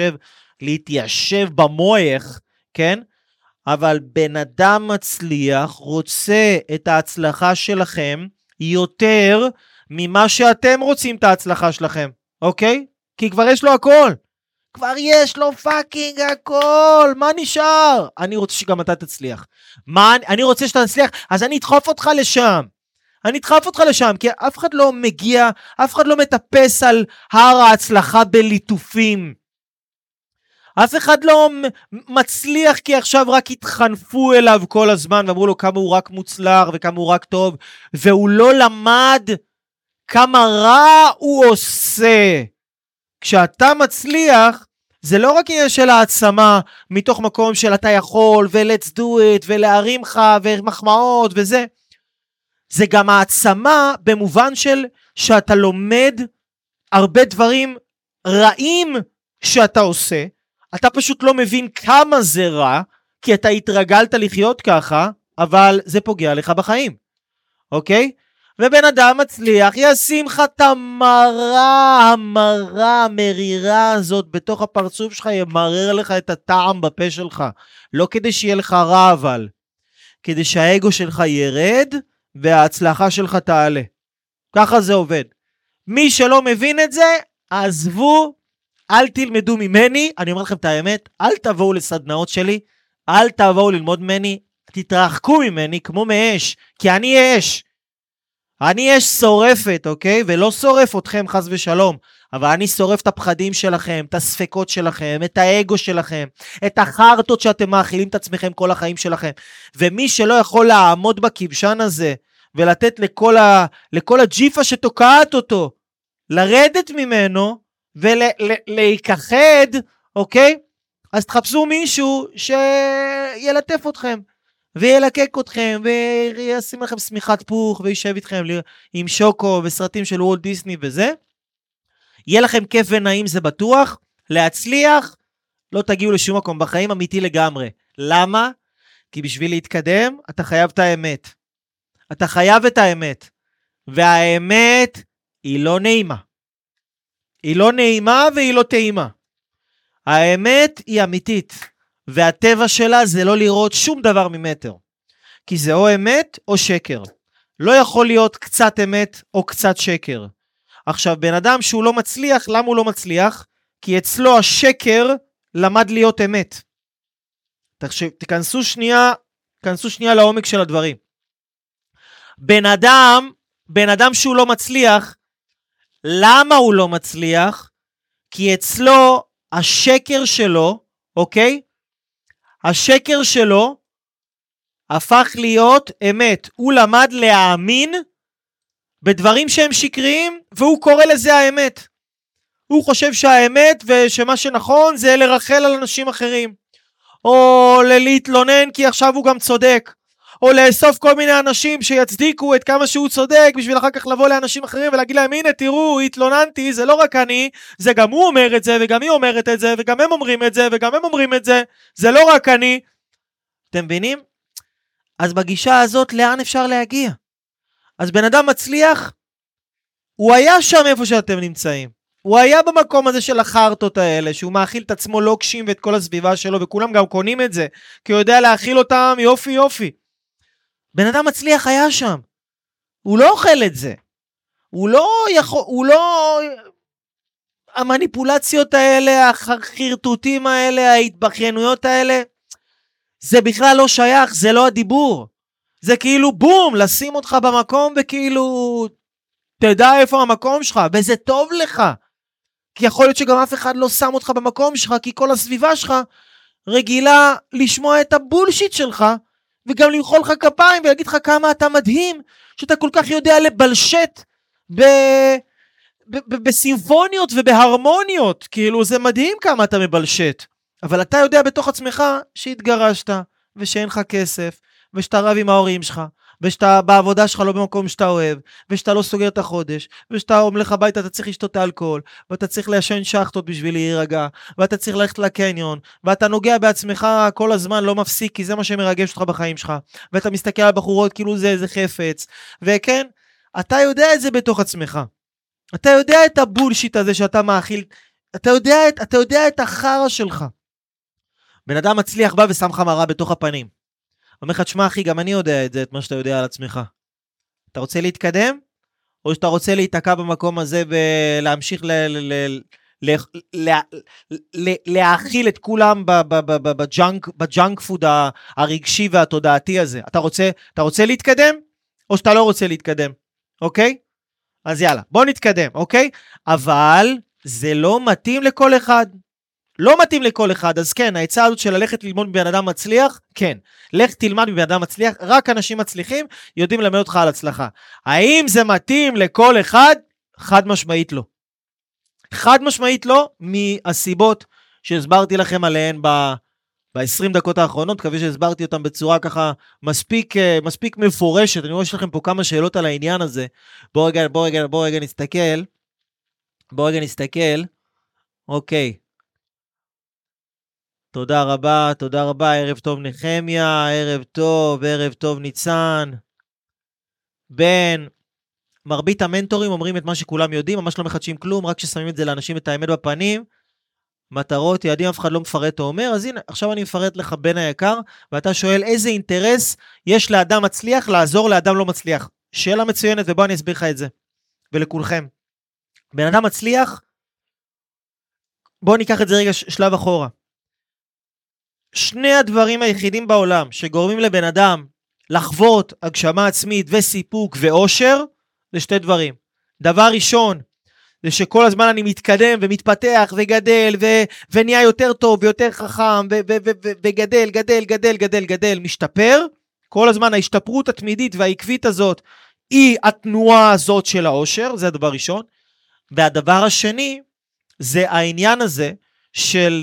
להתיישב במוח, כן? אבל בן אדם מצליח רוצה את ההצלחה שלכם יותר ממה שאתם רוצים את ההצלחה שלכם, אוקיי? כי כבר יש לו הכל. כבר יש לו פאקינג הכל, מה נשאר? אני רוצה שגם אתה תצליח. אני רוצה שאתה תצליח, אז אני אדחוף אותך לשם. אני אדחוף אותך לשם, כי אף אחד לא מגיע, אף אחד לא מטפס על הר ההצלחה בליטופים. אף אחד לא מצליח כי עכשיו רק התחנפו אליו כל הזמן, ואמרו לו כמה הוא רק מוצלח וכמה הוא רק טוב, והוא לא למד כמה רע הוא עושה. כשאתה מצליח, זה לא רק עניין של העצמה, מתוך מקום של אתה יכול, ו-let's do it, ולהרים לך, ומחמאות, וזה. זה גם העצמה במובן של שאתה לומד הרבה דברים רעים שאתה עושה, אתה פשוט לא מבין כמה זה רע, כי אתה התרגלת לחיות ככה, אבל זה פוגע לך בחיים, אוקיי? ובן אדם מצליח, ישים לך את המרה, המרירה הזאת בתוך הפרצוף שלך, ימרר לך את הטעם בפה שלך, לא כדי שיהיה לך רע אבל, כדי שהאגו שלך ירד, וההצלחה שלך תעלה. ככה זה עובד. מי שלא מבין את זה, עזבו, אל תלמדו ממני, אני אומר לכם את האמת, אל תבואו לסדנאות שלי, אל תבואו ללמוד ממני, תתרחקו ממני כמו מאש, כי אני אש. אני אש שורפת, אוקיי? ולא שורף אתכם חס ושלום, אבל אני שורף את הפחדים שלכם, את הספקות שלכם, את האגו שלכם, את החרטות שאתם מאכילים את עצמכם כל החיים שלכם. ומי שלא יכול לעמוד בכבשן הזה, ולתת לכל הג'יפה שתוקעת אותו, לרדת ממנו, ולהיכחד, אוקיי? אז תחפשו מישהו שילטף אתכם, וילקק אתכם, וישים לכם שמיכת פוך, וישב איתכם עם שוקו, וסרטים של וולט דיסני וזה. יהיה לכם כיף ונעים, זה בטוח. להצליח, לא תגיעו לשום מקום בחיים, אמיתי לגמרי. למה? כי בשביל להתקדם, אתה חייב את האמת. אתה חייב את האמת. והאמת היא לא נעימה. היא לא נעימה והיא לא טעימה. האמת היא אמיתית. והטבע שלה זה לא לראות שום דבר ממטר. כי זה או אמת או שקר. לא יכול להיות קצת אמת או קצת שקר. עכשיו, בן אדם שהוא לא מצליח, למה הוא לא מצליח? כי אצלו השקר למד להיות אמת. תכנסו שנייה לעומק של הדברים. בן אדם שהוא לא מצליח, למה הוא לא מצליח? כי אצלו השקר שלו, אוקיי? השקר שלו הפך להיות אמת. הוא למד להאמין בדברים שהם שקריים, והוא קורא לזה האמת. הוא חושב שהאמת ושמה שנכון זה לרחל על אנשים אחרים. או להתלונן כי עכשיו הוא גם צודק. או לאסוף כל מיני אנשים שיצדיקו את כמה שהוא צודק, בשביל אחר כך לבוא לאנשים אחרים ולהגיד להם, הנה תראו, התלוננתי, זה לא רק אני, זה גם הוא אומר את זה, וגם היא אומרת את זה, וגם הם אומרים את זה, וגם הם אומרים את זה, זה לא רק אני. אתם מבינים? אז בגישה הזאת לאן אפשר להגיע? אז בן אדם מצליח, הוא היה שם איפה שאתם נמצאים. הוא היה במקום הזה של החרטות האלה, שהוא מאכיל את עצמו לוקשים ואת כל הסביבה שלו, וכולם גם קונים את זה, כי הוא יודע להאכיל אותם יופי יופי. בן אדם מצליח היה שם. הוא לא אוכל את זה. הוא לא... המניפולציות האלה, החרטוטים האלה, ההתבכיינויות האלה, זה בכלל לא שייך, זה לא הדיבור. זה כאילו בום, לשים אותך במקום וכאילו תדע איפה המקום שלך, וזה טוב לך. כי יכול להיות שגם אף אחד לא שם אותך במקום שלך, כי כל הסביבה שלך רגילה לשמוע את הבולשיט שלך, וגם למחוא לך כפיים ולהגיד לך כמה אתה מדהים, שאתה כל כך יודע לבלשט בסימפוניות ובהרמוניות, כאילו זה מדהים כמה אתה מבלשט, אבל אתה יודע בתוך עצמך שהתגרשת, ושאין לך כסף, ושאתה רב עם ההורים שלך, ושאתה בעבודה שלך לא במקום שאתה אוהב, ושאתה לא סוגר את החודש, ושאתה הולך הביתה, אתה צריך לשתות אלכוהול, ואתה צריך לישן שחטות בשביל להירגע, ואתה צריך ללכת לקניון, ואתה נוגע בעצמך כל הזמן, לא מפסיק, כי זה מה שמרגש אותך בחיים שלך, ואתה מסתכל על בחורות כאילו זה איזה חפץ, וכן, אתה יודע את זה בתוך עצמך, אתה יודע את הבולשיט הזה שאתה מאכיל, אתה יודע את החרא שלך. בן אדם מצליח בא ושם לך מראה בתוך הפנים. אומר לך, תשמע אחי, גם אני יודע את זה, את מה שאתה יודע על עצמך. אתה רוצה להתקדם? או שאתה רוצה להיתקע במקום הזה ולהמשיך להאכיל את כולם בג'אנק פוד הרגשי והתודעתי הזה? אתה רוצה להתקדם? או שאתה לא רוצה להתקדם? אוקיי? אז יאללה, בוא נתקדם, אוקיי? אבל זה לא מתאים לכל אחד. לא מתאים לכל אחד, אז כן, העצה הזאת של ללכת ללמוד מבן אדם מצליח, כן, לך תלמד מבן אדם מצליח, רק אנשים מצליחים יודעים ללמד אותך על הצלחה. האם זה מתאים לכל אחד? חד משמעית לא. חד משמעית לא, מהסיבות שהסברתי לכם עליהן ב-20 דקות האחרונות, מקווה שהסברתי אותם בצורה ככה מספיק מפורשת. אני רואה שלכם פה כמה שאלות על העניין הזה. בוא רגע נסתכל. אוקיי. תודה רבה, ערב טוב נחמיה, ערב טוב ניצן. בן, מרבית המנטורים אומרים את מה שכולם יודעים, ממש לא מחדשים כלום, רק ששמים את זה לאנשים את האמת בפנים, מטרות, יעדים, אף אחד לא מפרט או אומר, אז הנה, עכשיו אני מפרט לך בן היקר, ואתה שואל איזה אינטרס יש לאדם מצליח לעזור לאדם לא מצליח. שאלה מצוינת, ובוא אני אסביר לך את זה, ולכולכם. בן אדם מצליח, בוא ניקח את זה רגע שלב אחורה. שני הדברים היחידים בעולם שגורמים לבן אדם לחוות הגשמה עצמית וסיפוק ואושר, זה שתי דברים. דבר ראשון, זה שכל הזמן אני מתקדם ומתפתח וגדל ונהיה יותר טוב ויותר חכם וגדל, משתפר. כל הזמן ההשתפרות התמידית והעקבית הזאת היא התנועה הזאת של האושר, זה הדבר ראשון. והדבר השני, זה העניין הזה של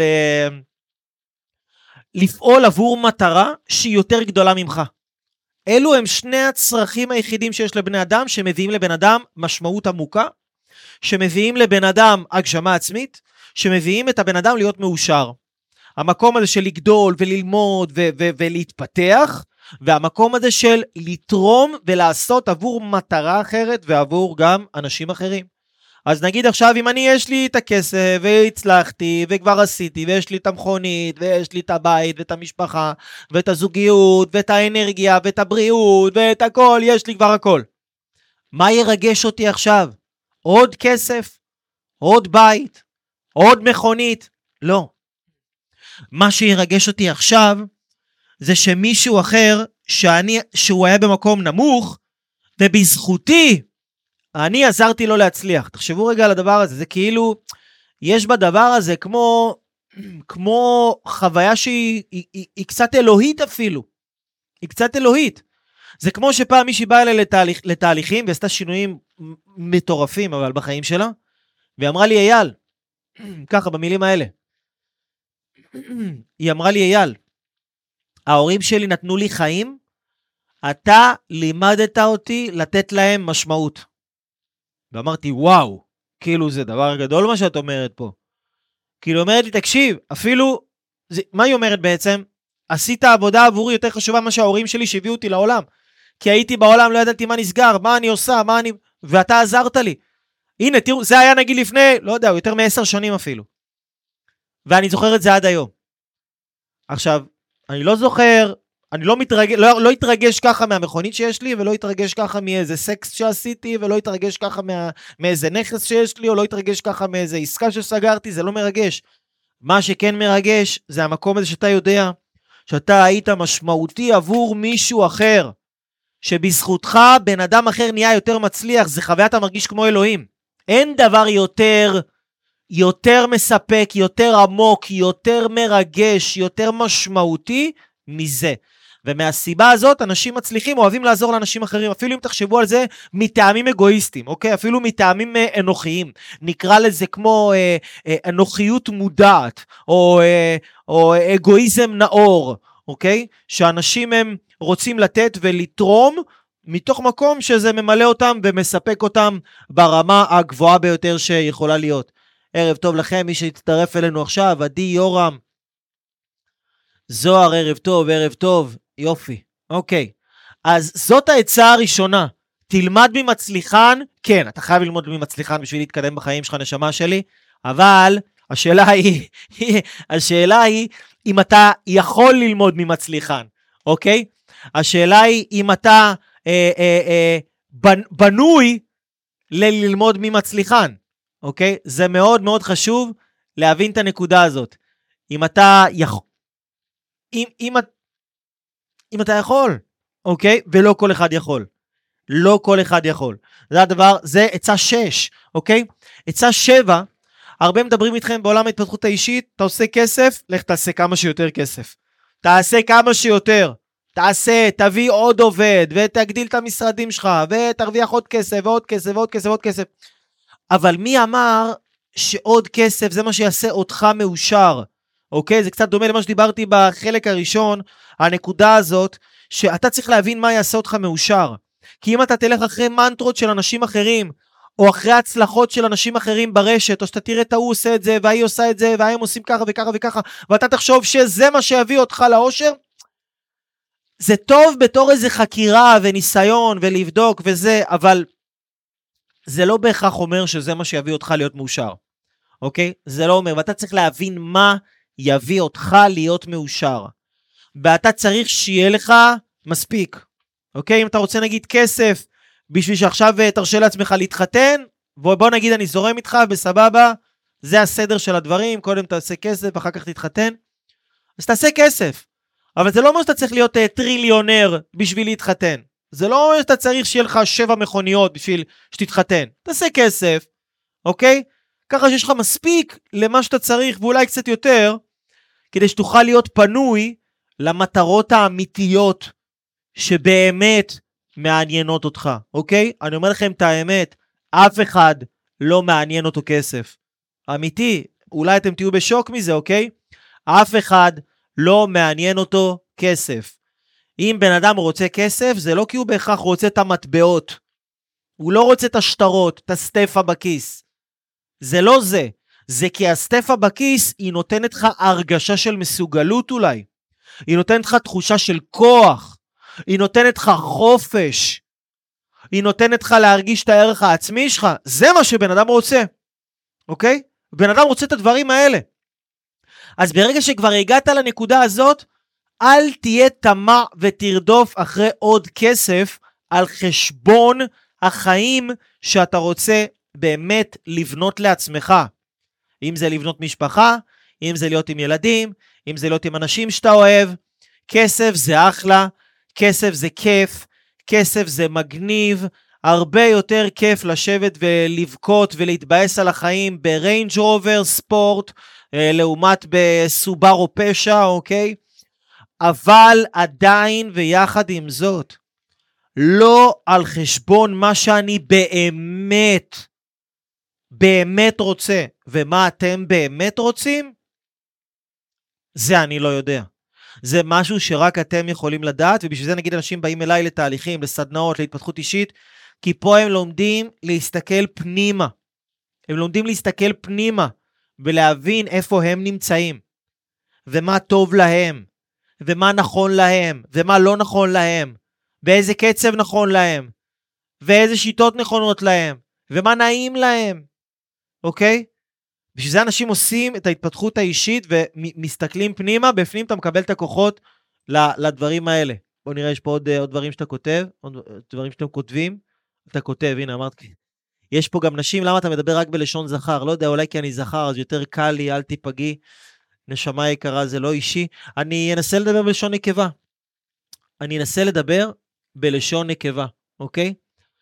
לפעול עבור מטרה שהיא יותר גדולה ממך. אלו הם שני הצרכים היחידים שיש לבני אדם, שמביאים לבן אדם משמעות עמוקה, שמביאים לבן אדם הגשמה עצמית, שמביאים את הבן אדם להיות מאושר. המקום הזה של לגדול וללמוד ולהתפתח, והמקום הזה של לתרום ולעשות עבור מטרה אחרת ועבור גם אנשים אחרים. אז נגיד עכשיו אם יש לי את הכסף והצלחתי וכבר עשיתי ויש לי את המכונית ויש לי את הבית ואת המשפחה ואת הזוגיות ואת האנרגיה ואת הבריאות ואת הכל, יש לי כבר הכל. מה ירגש אותי עכשיו? עוד כסף? עוד בית? עוד מכונית? לא. מה שירגש אותי עכשיו זה שמישהו אחר שהוא היה במקום נמוך ובזכותי אני עזרתי לו להצליח. תחשבו רגע על הדבר הזה, זה כאילו, יש בדבר הזה כמו חוויה שהיא קצת אלוהית אפילו. היא קצת אלוהית. זה כמו שפעם מישהי באה אליי לתהליכים, ועשתה שינויים מטורפים, אבל בחיים שלה, והיא אמרה לי, אייל, ככה במילים האלה, היא אמרה לי, אייל, ההורים שלי נתנו לי חיים, אתה לימדת אותי לתת להם משמעות. ואמרתי, וואו, כאילו זה דבר גדול מה שאת אומרת פה. כאילו אומרת לי, תקשיב, אפילו, מה היא אומרת בעצם? עשית עבודה עבורי יותר חשובה מה שההורים שלי שהביאו אותי לעולם. כי הייתי בעולם, לא ידעתי מה נסגר, מה אני עושה, ואתה עזרת לי. הנה, תראו, זה היה נגיד לפני, לא יודע, יותר מ10 שנים אפילו. ואני זוכר את זה עד היום. עכשיו, אני לא זוכר, אני לא התרגש ככה מהמכונית שיש לי, ולא התרגש ככה מאיזה סקס שעשיתי, ולא התרגש ככה מאיזה נכס שיש לי, או לא התרגש ככה מאיזה עסקה שסגרתי, זה לא מרגש. מה שכן מרגש, זה המקום הזה שאתה יודע, שאתה היית משמעותי עבור מישהו אחר, שבזכותך בן אדם אחר נהיה יותר מצליח, זה חוויה אתה מרגיש כמו אלוהים. אין דבר יותר מספק, יותר עמוק, יותר מרגש, יותר משמעותי מזה. ומהסיבה הזאת אנשים מצליחים אוהבים לעזור לאנשים אחרים, אפילו אם תחשבו על זה מטעמים אגואיסטיים, אוקיי? אפילו מטעמים אנוכיים, נקרא לזה כמו אנוכיות מודעת, או אגואיזם נאור, אוקיי? שאנשים הם רוצים לתת ולתרום, מתוך מקום שזה ממלא אותם ומספק אותם ברמה הגבוהה ביותר שיכולה להיות. ערב טוב לכם, מי שהצטרף אלינו עכשיו, עדי יורם, זוהר, ערב טוב, יופי, אוקיי. אז זאת העצה הראשונה, תלמד ממצליחן, כן, אתה חייב ללמוד ממצליחן בשביל להתקדם בחיים שלך, נשמה שלי, אבל השאלה היא אם אתה יכול ללמוד ממצליחן, אוקיי? השאלה היא אם אתה בנוי ללמוד ממצליחן, אוקיי? זה מאוד מאוד חשוב להבין את הנקודה הזאת. אם אתה יכול, אם אתה יכול, אוקיי? ולא כל אחד יכול. לא כל אחד יכול. זה הדבר, זה עצה 6, אוקיי? עצה 7, הרבה מדברים איתכם בעולם ההתפתחות האישית, אתה עושה כסף, לך תעשה כמה שיותר כסף. תעשה כמה שיותר. תביא עוד עובד, ותגדיל את המשרדים שלך, ותרוויח עוד כסף, ועוד כסף, ועוד כסף, ועוד כסף. אבל מי אמר שעוד כסף זה מה שיעשה אותך מאושר? אוקיי? זה קצת דומה למה שדיברתי בחלק הראשון, הנקודה הזאת, שאתה צריך להבין מה יעשה אותך מאושר. כי אם אתה תלך אחרי מנטרות של אנשים אחרים, או אחרי הצלחות של אנשים אחרים ברשת, או שאתה תראה את ההוא עושה את זה, והיא עושה את זה, והם עושים ככה וככה וככה, ואתה תחשוב שזה מה שיביא אותך לאושר, זה טוב בתור איזה חקירה וניסיון ולבדוק וזה, אבל זה לא בהכרח אומר שזה מה שיביא אותך להיות מאושר. אוקיי? זה לא אומר, ואתה צריך להבין מה יביא אותך להיות מאושר. ואתה צריך שיהיה לך מספיק. אוקיי? אם אתה רוצה נגיד כסף, בשביל שעכשיו תרשה לעצמך להתחתן, ובוא נגיד אני זורם איתך בסבבה, זה הסדר של הדברים, קודם תעשה כסף, אחר כך תתחתן. אז תעשה כסף. אבל זה לא אומר שאתה צריך להיות טריליונר בשביל להתחתן. זה לא אומר שאתה צריך שיהיה לך 7 מכוניות בשביל שתתחתן. תעשה כסף, אוקיי? ככה שיש לך מספיק למה שאתה צריך, ואולי קצת יותר, כדי שתוכל להיות פנוי למטרות האמיתיות שבאמת מעניינות אותך, אוקיי? אני אומר לכם את האמת, אף אחד לא מעניין אותו כסף. אמיתי, אולי אתם תהיו בשוק מזה, אוקיי? אף אחד לא מעניין אותו כסף. אם בן אדם רוצה כסף, זה לא כי הוא בהכרח רוצה את המטבעות. הוא לא רוצה את השטרות, את הסטפה בכיס. זה לא זה. זה כי הסטפה בכיס היא נותנת לך הרגשה של מסוגלות אולי. היא נותנת לך תחושה של כוח. היא נותנת לך חופש. היא נותנת לך להרגיש את הערך העצמי שלך. זה מה שבן אדם רוצה. אוקיי? בן אדם רוצה את הדברים האלה. אז ברגע שכבר הגעת לנקודה הזאת, אל תהיה תמה ותרדוף אחרי עוד כסף על חשבון החיים שאתה רוצה באמת לבנות לעצמך. אם זה לבנות משפחה, אם זה להיות עם ילדים, אם זה להיות עם אנשים שאתה אוהב. כסף זה אחלה, כסף זה כיף, כסף זה מגניב, הרבה יותר כיף לשבת ולבכות ולהתבאס על החיים בריינג' רובר ספורט, לעומת בסובארו פשע, אוקיי? אבל עדיין ויחד עם זאת, לא על חשבון מה שאני באמת רוצה, ומה אתם באמת רוצים, זה אני לא יודע. זה משהו שרק אתם יכולים לדעת, ובשביל זה נגיד אנשים באים אליי לתהליכים, לסדנאות, להתפתחות אישית, כי פה הם לומדים להסתכל פנימה. הם לומדים להסתכל פנימה, ולהבין איפה הם נמצאים, ומה טוב להם, ומה נכון להם, ומה לא נכון להם, באיזה קצב נכון להם, ואיזה שיטות נכונות להם, ומה נעים להם, אוקיי? בשביל זה אנשים עושים את ההתפתחות האישית, ומסתכלים פנימה, בפנים אתה מקבל את הכוחות לדברים האלה. בוא נראה, יש פה עוד דברים שאתה כותב, עוד דברים שאתם כותבים, אתה כותב, הנה אמרתי, יש פה גם נשים, למה אתה מדבר רק בלשון זכר? לא יודע, אולי כי אני זכר, אז יותר קל לי, אל תיפגעי, נשמה יקרה, זה לא אישי. אני אנסה לדבר בלשון נקבה. אני אנסה לדבר בלשון נקבה, אוקיי?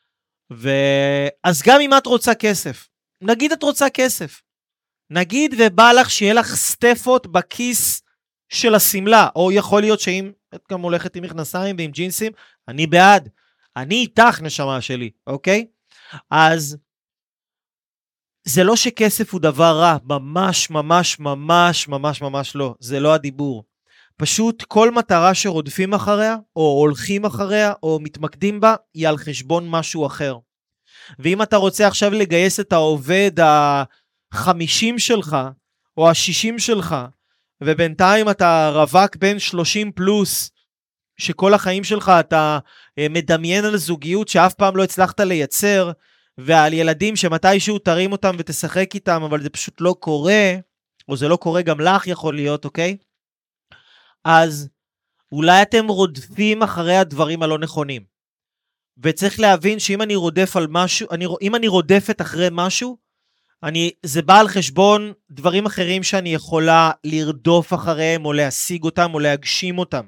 אז גם אם את רוצה כסף, נגיד את רוצה כסף, נגיד ובא לך שיהיה לך סטפות בכיס של הסמלה, או יכול להיות שאם את גם הולכת עם מכנסיים ועם ג'ינסים, אני בעד, אני איתך נשמה שלי, אוקיי? אז זה לא שכסף הוא דבר רע, ממש ממש ממש ממש ממש לא, זה לא הדיבור. פשוט כל מטרה שרודפים אחריה, או הולכים אחריה, או מתמקדים בה, היא על חשבון משהו אחר. ואם אתה רוצה עכשיו לגייס את העובד ה-50 שלך, או ה-60 שלך, ובינתיים אתה רווק בין 30 פלוס, שכל החיים שלך אתה מדמיין על זוגיות שאף פעם לא הצלחת לייצר, ועל ילדים שמתישהו תרים אותם ותשחק איתם, אבל זה פשוט לא קורה, או זה לא קורה גם לך יכול להיות, אוקיי? אז אולי אתם רודפים אחרי הדברים הלא נכונים. וצריך להבין שאם אני רודף על משהו, אם אני רודפת אחרי משהו, זה בא על חשבון דברים אחרים שאני יכולה לרדוף אחריהם, או להשיג אותם, או להגשים אותם.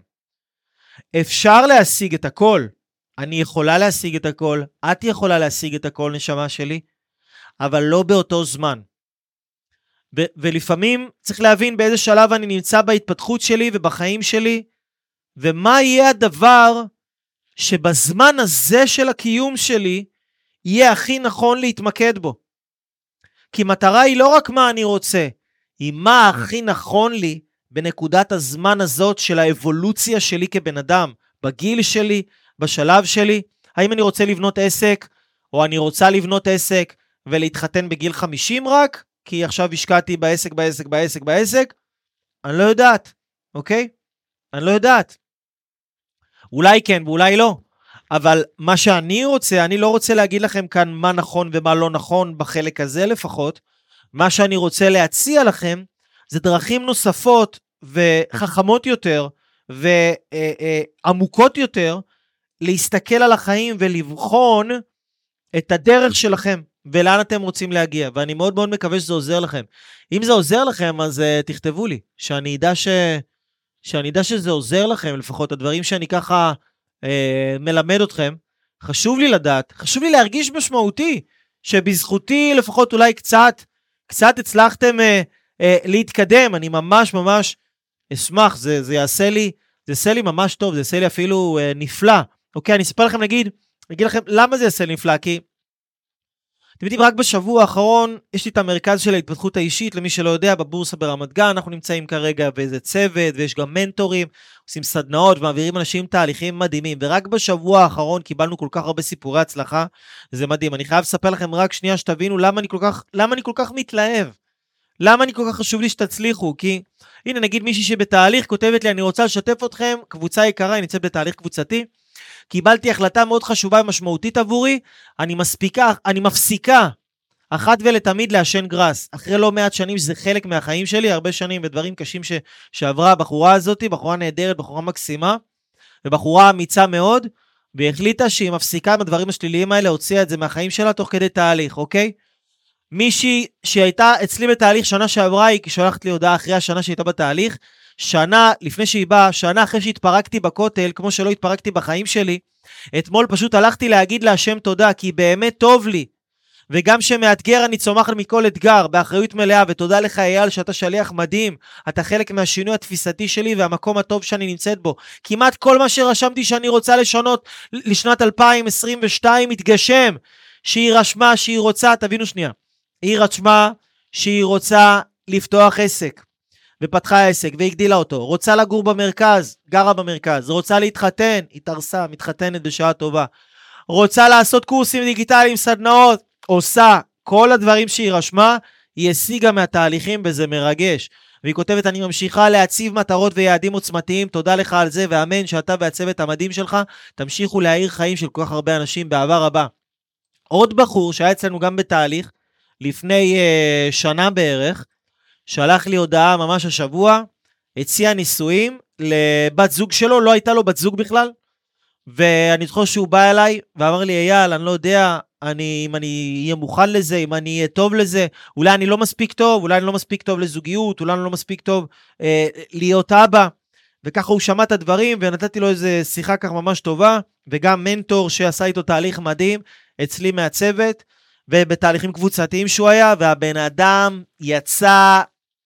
אפשר להשיג את הכל. אני יכולה להשיג את הכל, את יכולה להשיג את הכל, נשמה שלי, אבל לא באותו זמן. ולפעמים צריך להבין באיזה שלב אני נמצא בהתפתחות שלי ובחיים שלי, ומה יהיה הדבר שבזמן הזה של הקיום שלי, יהיה הכי נכון להתמקד בו. כי מטרה היא לא רק מה אני רוצה, היא מה הכי נכון לי בנקודת הזמן הזאת של האבולוציה שלי כבן אדם, בגיל שלי, בשלב שלי. האם אני רוצה לבנות עסק, או אני רוצה לבנות עסק ולהתחתן בגיל 50 רק, כי עכשיו השקעתי בעסק, אני לא יודעת, אוקיי? אני לא יודעת. אולי כן ואולי לא, אבל מה שאני רוצה, אני לא רוצה להגיד לכם כאן מה נכון ומה לא נכון בחלק הזה לפחות, מה שאני רוצה להציע לכם, זה דרכים נוספות וחכמות יותר ועמוקות יותר, להסתכל על החיים ולבחון את הדרך שלכם, ולאן אתם רוצים להגיע, ואני מאוד מאוד מקווה שזה עוזר לכם. אם זה עוזר לכם, אז תכתבו לי, שאני אדע שזה עוזר לכם, לפחות הדברים שאני ככה מלמד אתכם, חשוב לי לדעת, חשוב לי להרגיש משמעותי, שבזכותי לפחות אולי קצת הצלחתם להתקדם, אני ממש ממש אשמח, זה יעשה לי ממש טוב, זה יעשה לי אפילו נפלא. אוקיי, אני אספר לכם, אגיד לכם למה זה יעשה לי נפלא, כי אתם יודעים, רק בשבוע האחרון יש לי את המרכז של ההתפתחות האישית, למי שלא יודע, בבורסה ברמת גן, אנחנו נמצאים כרגע באיזה צוות, ויש גם מנטורים, עושים סדנאות ומעבירים אנשים תהליכים מדהימים, ורק בשבוע האחרון קיבלנו כל כך הרבה סיפורי הצלחה, זה מדהים. אני חייב לספר לכם רק שנייה שתבינו למה אני כל כך מתלהב, למה אני כל כך חשוב לי שתצליחו, כי הנה נגיד מישהי שבתהליך כותבת לי, אני רוצה לשתף אתכם, קבוצה יקרה, היא נמצאת בתהליך קבוצתי, קיבלתי החלטה מאוד חשובה ומשמעותית עבורי, אני מפסיקה אחת ולתמיד לעשן גרס, אחרי לא מעט שנים שזה חלק מהחיים שלי, הרבה שנים ודברים קשים שעברה הבחורה הזאת, בחורה נהדרת, בחורה מקסימה, ובחורה אמיצה מאוד, והיא החליטה שהיא מפסיקה עם הדברים השליליים האלה, הוציאה את זה מהחיים שלה תוך כדי תהליך, אוקיי? מישהי שהייתה אצלי בתהליך שנה שעברה, היא שולחת לי הודעה אחרי השנה שהייתה בתהליך, שנה לפני שהיא באה, שנה אחרי שהתפרקתי בכותל, כמו שלא התפרקתי בחיים שלי, אתמול פשוט הלכתי להגיד להשם תודה, כי באמת טוב לי, וגם שמאתגר אני צומח מכל אתגר, באחריות מלאה, ותודה לך אייל שאתה שליח מדהים, אתה חלק מהשינוי התפיסתי שלי, והמקום הטוב שאני נמצאת בו, כמעט כל מה שרשמתי שאני רוצה לשנות, לשנת 2022 מתגשם, שהיא רשמה שהיא רוצה, תבינו שנייה, היא רשמה שהיא רוצה לפתוח עסק, ופתחה עסק והגדילה אותו, רוצה לגור במרכז, גרה במרכז, רוצה להתחתן, התארסה, מתחתנת בשעה טובה, רוצה לעשות קורסים דיגיטליים, סדנאות, עושה כל הדברים שהיא רשמה, היא השיגה מהתהליכים וזה מרגש, והיא כותבת אני ממשיכה להציב מטרות ויעדים עוצמתיים, תודה לך על זה ואמן שאתה והצוות המדהים שלך, תמשיכו להאיר חיים של כל כך הרבה אנשים בעבר הבא. עוד בחור שהיה אצלנו גם בתהליך, לפני שנה בערך, שלח לי הודעה ממש השבוע, הציע נישואים לבת זוג שלו, לא הייתה לו בת זוג בכלל, ואני זוכר שהוא בא אליי, ואמר לי, אייל, אני לא יודע, אם אני אהיה מוכן לזה, אם אני אהיה טוב לזה, אולי אני לא מספיק טוב, אולי אני לא מספיק טוב לזוגיות, אולי אני לא מספיק טוב להיות אבא, וככה הוא שמע את הדברים, ונתתי לו איזה שיחה כך ממש טובה, וגם מנטור שעשה איתו תהליך מדהים, אצלי מהצוות, ובתהליכים קבוצתיים שהוא היה, והבן אדם יצא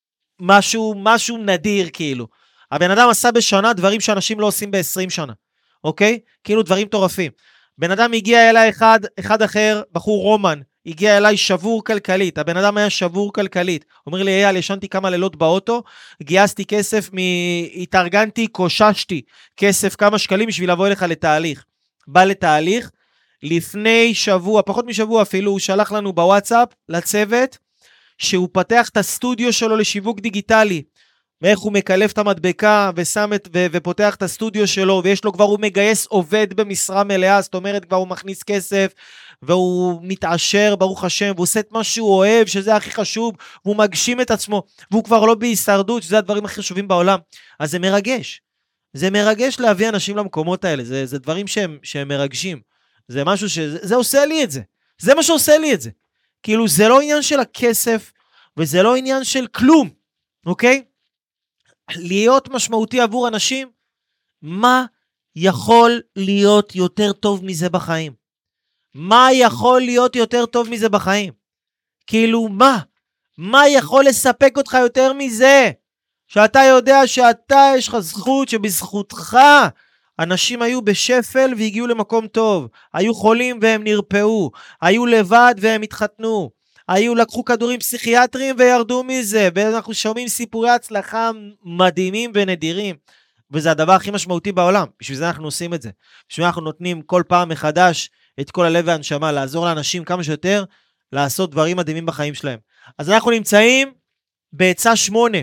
משהו נדיר כאילו. הבן אדם עשה בשנה דברים שאנשים לא עושים ב-20 שנה, אוקיי? כאילו דברים טורפים. בן אדם הגיע אליי אחד אחר, בחור רומן, הגיע אליי שבור כלכלית, הבן אדם היה שבור כלכלית, אומר לי, אייל, ישנתי כמה לילות באוטו, גייסתי כסף, התארגנתי, קוששתי כסף, כמה שקלים בשביל לבוא אליך לתהליך. בא לתהליך, לפני שבוע, פחות משבוע אפילו, הוא שלח לנו בוואטסאפ לצוות, שהוא פתח את הסטודיו שלו לשיווק דיגיטלי, ואיך הוא מקלף את המדבקה ופותח את הסטודיו שלו, ויש לו כבר, הוא מגייס עובד במשרה מלאה, זאת אומרת כבר הוא מכניס כסף, והוא מתעשר ברוך השם, והוא עושה את מה שהוא אוהב, שזה הכי חשוב, והוא מגשים את עצמו, והוא כבר לא בהישרדות, שזה הדברים הכי חשובים בעולם. אז זה מרגש, זה מרגש להביא אנשים למקומות האלה, זה דברים שהם מרגשים, זה משהו זה עושה לי את זה, זה מה שעושה לי את זה, כאילו זה לא עניין של הכסף, וזה לא עניין של כלום, אוקיי? להיות משמעותי עבור אנשים, מה יכול להיות יותר טוב מזה בחיים? מה יכול להיות יותר טוב מזה בחיים? כאילו מה יכול לספק אותך יותר מזה? שאתה יודע שאתה יש לך זכות, שבזכותך אנשים היו בשפל והגיעו למקום טוב, היו חולים והם נרפאו, היו לבד והם התחתנו, לקחו כדורים פסיכיאטריים וירדו מזה, ואנחנו שומעים סיפורי הצלחה מדהימים ונדירים, וזה הדבר הכי משמעותי בעולם, בשביל זה אנחנו עושים את זה, בשביל זה אנחנו נותנים כל פעם מחדש את כל הלב והנשמה, לעזור לאנשים כמה שיותר, לעשות דברים מדהימים בחיים שלהם. אז אנחנו נמצאים בעצה 8,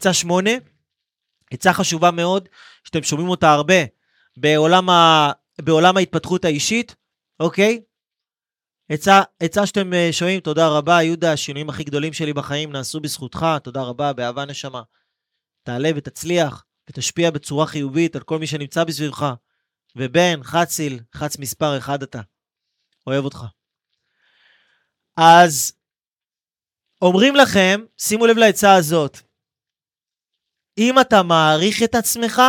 עצה חשובה מאוד, שאתם שומעים אותה הרבה, בעולם ההתפתחות האישית, אוקיי? עצה שאתם שומעים, תודה רבה, יהודה, השינויים הכי גדולים שלי בחיים נעשו בזכותך, תודה רבה, באהבה נשמה. תעלה ותצליח, ותשפיע בצורה חיובית על כל מי שנמצא בסביבך. ובן, חציל, חץ מספר 1 אתה. אוהב אותך. אז אומרים לכם, שימו לב לעצה הזאת, אם אתה מעריך את עצמך,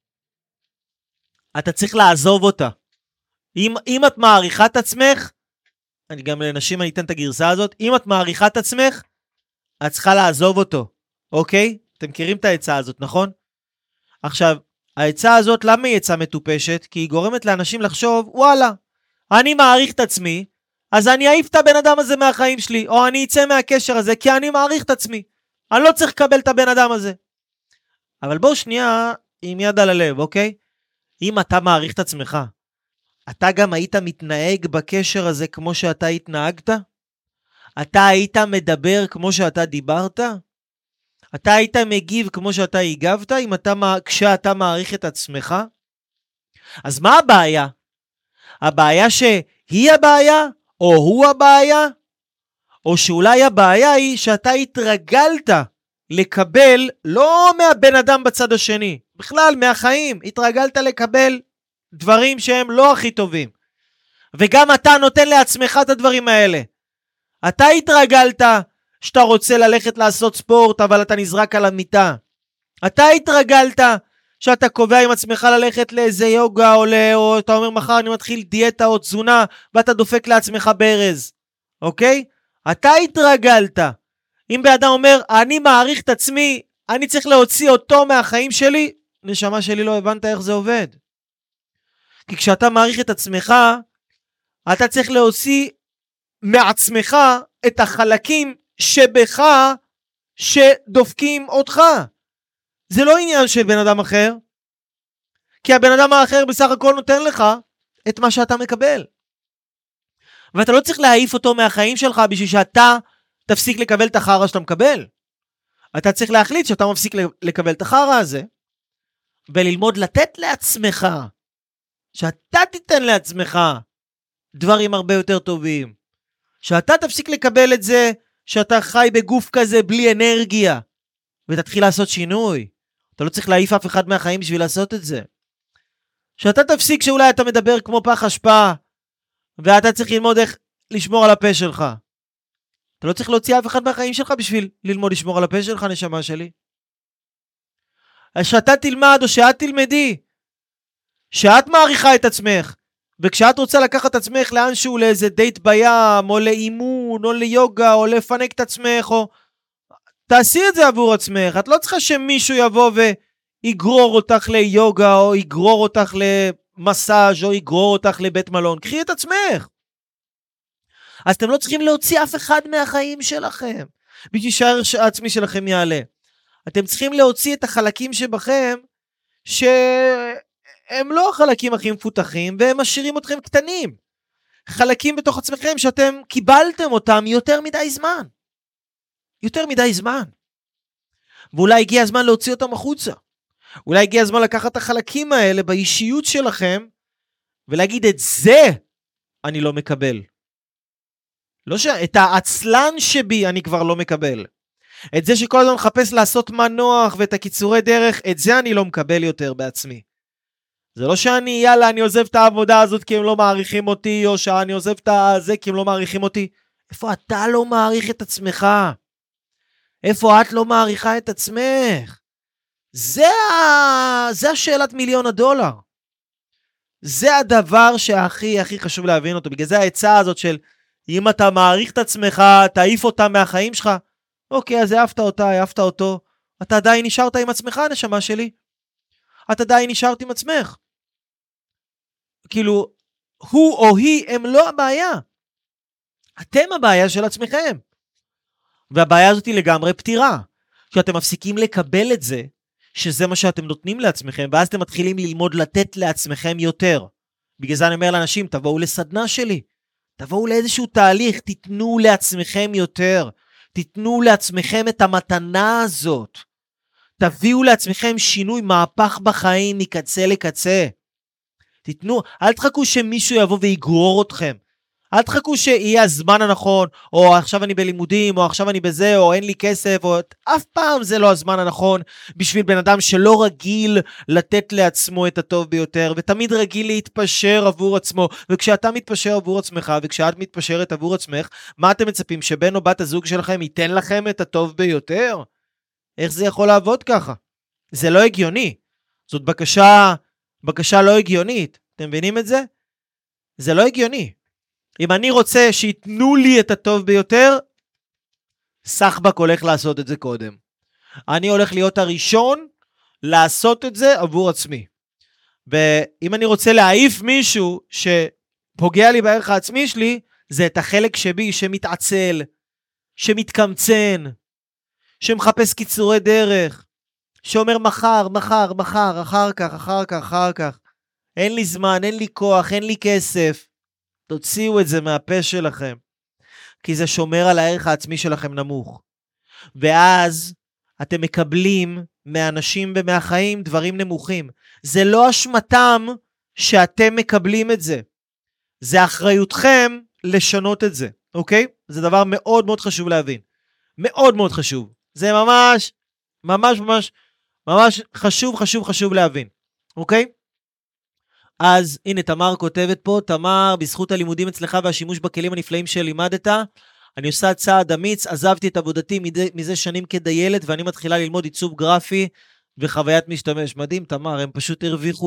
אתה צריך לעזוב אותה. אם את מעריכה את עצמך, גם לנשים אני אתן את הגרסה הזאת, אם את מעריכה את עצמך, את צריכה לעזוב אותו, אוקיי? אתם מכירים את העצה הזאת, נכון? עכשיו, העצה הזאת, למה היא עצה מטופשת? כי היא גורמת לאנשים לחשוב, וואלה, אני מעריך את עצמי, אז אני אעיף את הבן אדם הזה מהחיים שלי, או אני אצא מהקשר הזה, כי אני מעריך את עצמי. אני לא צריך לקבל את הבן אדם הזה. אבל בואו שנייה עם יד על הלב, אוקיי? אם אתה מעריך את עצמך, אתה גם היית מתנהג בקשר הזה כמו שאתה התנהגת? אתה היית מדבר כמו שאתה דיברת? אתה היית מגיב כמו שאתה הגבת כשאתה מעריך את עצמך? אז מה הבעיה? הבעיה שהיא הבעיה? או הוא הבעיה? או שאולי הבעיה היא שאתה התרגלת לקבל לא מהבן אדם בצד השני, בכלל מהחיים, התרגלת לקבל דברים שהם לא הכי טובים. וגם אתה נותן לעצמך את הדברים האלה. אתה התרגלת שאתה רוצה ללכת לעשות ספורט, אבל אתה נזרק על המיטה. אתה התרגלת שאתה קובע עם עצמך ללכת לאיזה יוגה, או אתה אומר מחר אני מתחיל דיאטה או תזונה, ואתה דופק לעצמך ברז. אוקיי? אתה התרגלת. אם באדם אומר, אני מעריך את עצמי, אני צריך להוציא אותו מהחיים שלי, נשמה שלי לא הבנת איך זה עובד. כי כשאתה מעריך את עצמך, אתה צריך להוציא מעצמך את החלקים שבך שדופקים אותך. זה לא עניין של בן אדם אחר, כי הבן אדם האחר בסך הכל נותן לך את מה שאתה מקבל. ואתה לא צריך להעיף אותו מהחיים שלך בשביל שאתה תפסיק לקבל את החרא שאתה מקבל. אתה צריך להחליט שאתה מפסיק לקבל את החרא הזה, וללמוד לתת לעצמך, שאתה תיתן לעצמך דברים הרבה יותר טובים. שאתה תפסיק לקבל את זה שאתה חי בגוף כזה בלי אנרגיה, ותתחיל לעשות שינוי. אתה לא צריך להעיף אף אחד מהחיים בשביל לעשות את זה. שאתה תפסיק שאולי אתה מדבר כמו פח אשפה, ואתה צריך ללמוד איך לשמור על הפה שלך. אתה לא צריך להוציא אף אחד מהחיים שלך בשביל ללמוד לשמור על הפה שלך, נשמה שלי. שאתה תלמד או שאת תלמדי, שאת מעריכה את עצמך, וכשאת רוצה לקחת את עצמך לאנשהו, לאיזה דייט בים, או לאימון, או ליוגה, או לפנק את עצמך, או תעשי את זה עבור עצמך. את לא צריכה שמישהו יבוא ויגרור אותך ליוגה, או יגרור אותך למסאז', או יגרור אותך לבית מלון. קחי את עצמך. אז אתם לא צריכים להוציא אף אחד מהחיים שלכם, בשביל שהערך העצמי שלכם יעלה. אתם צריכים להוציא את החלקים שבכם, שהם לא החלקים הכי מפותחים, והם משאירים אתכם קטנים. חלקים בתוך עצמכם שאתם קיבלתם אותם יותר מדי זמן. יותר מדי זמן. ואולי הגיע הזמן להוציא אותם החוצה. אולי הגיע הזמן לקחת את החלקים האלה באישיות שלכם, ולהגיד את זה אני לא מקבל. את העצלן שבי אני כבר לא מקבל. את זה שכל הזמן מחפש לעשות מנוח ואת הקיצורי דרך, את זה אני לא מקבל יותר בעצמי. זה לא שאני, יאללה, אני עוזב את העבודה הזאת כי הם לא מעריכים אותי, או שאני עוזב את זה כי הם לא מעריכים אותי. איפה אתה לא מעריך את עצמך? איפה את לא מעריכה את עצמך? זה השאלת $1,000,000. זה הדבר שהכי הכי חשוב להבין אותו. בגלל זה העצה הזאת של, אם אתה מעריך את עצמך, תעיף אותה מהחיים שלך. אוקיי, אז העפת אותה, העפת אותו. אתה עדיין נשארת עם עצמך, נשמה שלי. אתה עדיין נשארת עם עצמך. כאילו, הוא או היא הם לא הבעיה. אתם הבעיה של עצמכם. והבעיה הזאת היא לגמרי פתירה. שאתם מפסיקים לקבל את זה, שזה מה שאתם נותנים לעצמכם, ואז אתם מתחילים ללמוד לתת לעצמכם יותר. בגלל זה אני אומר לאנשים, תבואו לסדנה שלי. תבואו לאיזשהו תהליך, תיתנו לעצמכם יותר. תיתנו לעצמכם את המתנה הזאת. תביאו לעצמכם שינוי, מהפך בחיים מקצה לקצה. תיתנו, אל תחכו שמישהו יבוא ויגרור אתכם. אל תחכו שיהיה הזמן הנכון, או עכשיו אני בלימודים, או עכשיו אני בזה, או אין לי כסף, או אף פעם זה לא הזמן הנכון, בשביל בן אדם שלא רגיל לתת לעצמו את הטוב ביותר, ותמיד רגיל להתפשר עבור עצמו, וכשאתה מתפשר עבור עצמך, וכשאת מתפשרת עבור עצמך, מה אתם מצפים? שבן או בת הזוג שלכם ייתן לכם את הטוב ביותר? איך זה יכול לעבוד ככה? זה לא הגיוני. זאת בקשה לא הגיונית. אתם מבינים את זה? זה לא הגיוני. אם אני רוצה שיתנו לי את הטוב ביותר, סחבק הולך לעשות את זה קודם. אני הולך להיות הראשון לעשות את זה עבור עצמי. ואם אני רוצה להעיף מישהו שפוגע לי בערך העצמי שלי, זה את החלק שבי שמתעצל, שמתקמצן, שמחפש קיצורי דרך, שאומר מחר, אחר כך. אין לי זמן, אין לי כוח, אין לי כסף. תוציאו את זה מהפה שלכם, כי זה שומר על הערך העצמי שלכם נמוך. ואז אתם מקבלים מאנשים ומהחיים דברים נמוכים. זה לא אשמתם שאתם מקבלים את זה. זה אחריותכם לשנות את זה, אוקיי? זה דבר מאוד מאוד חשוב להבין. מאוד מאוד חשוב. זה ממש חשוב להבין, אוקיי? אז הנה תמר כותבת פה, תמר, בזכות הלימודים אצלך והשימוש בכלים הנפלאים שלימדת, אני עושה צעד אמיץ, עזבתי את עבודתי מזה שנים כדיילת, ואני מתחילה ללמוד עיצוב גרפי וחוויית משתמש. מדהים תמר, הם פשוט הרוויחו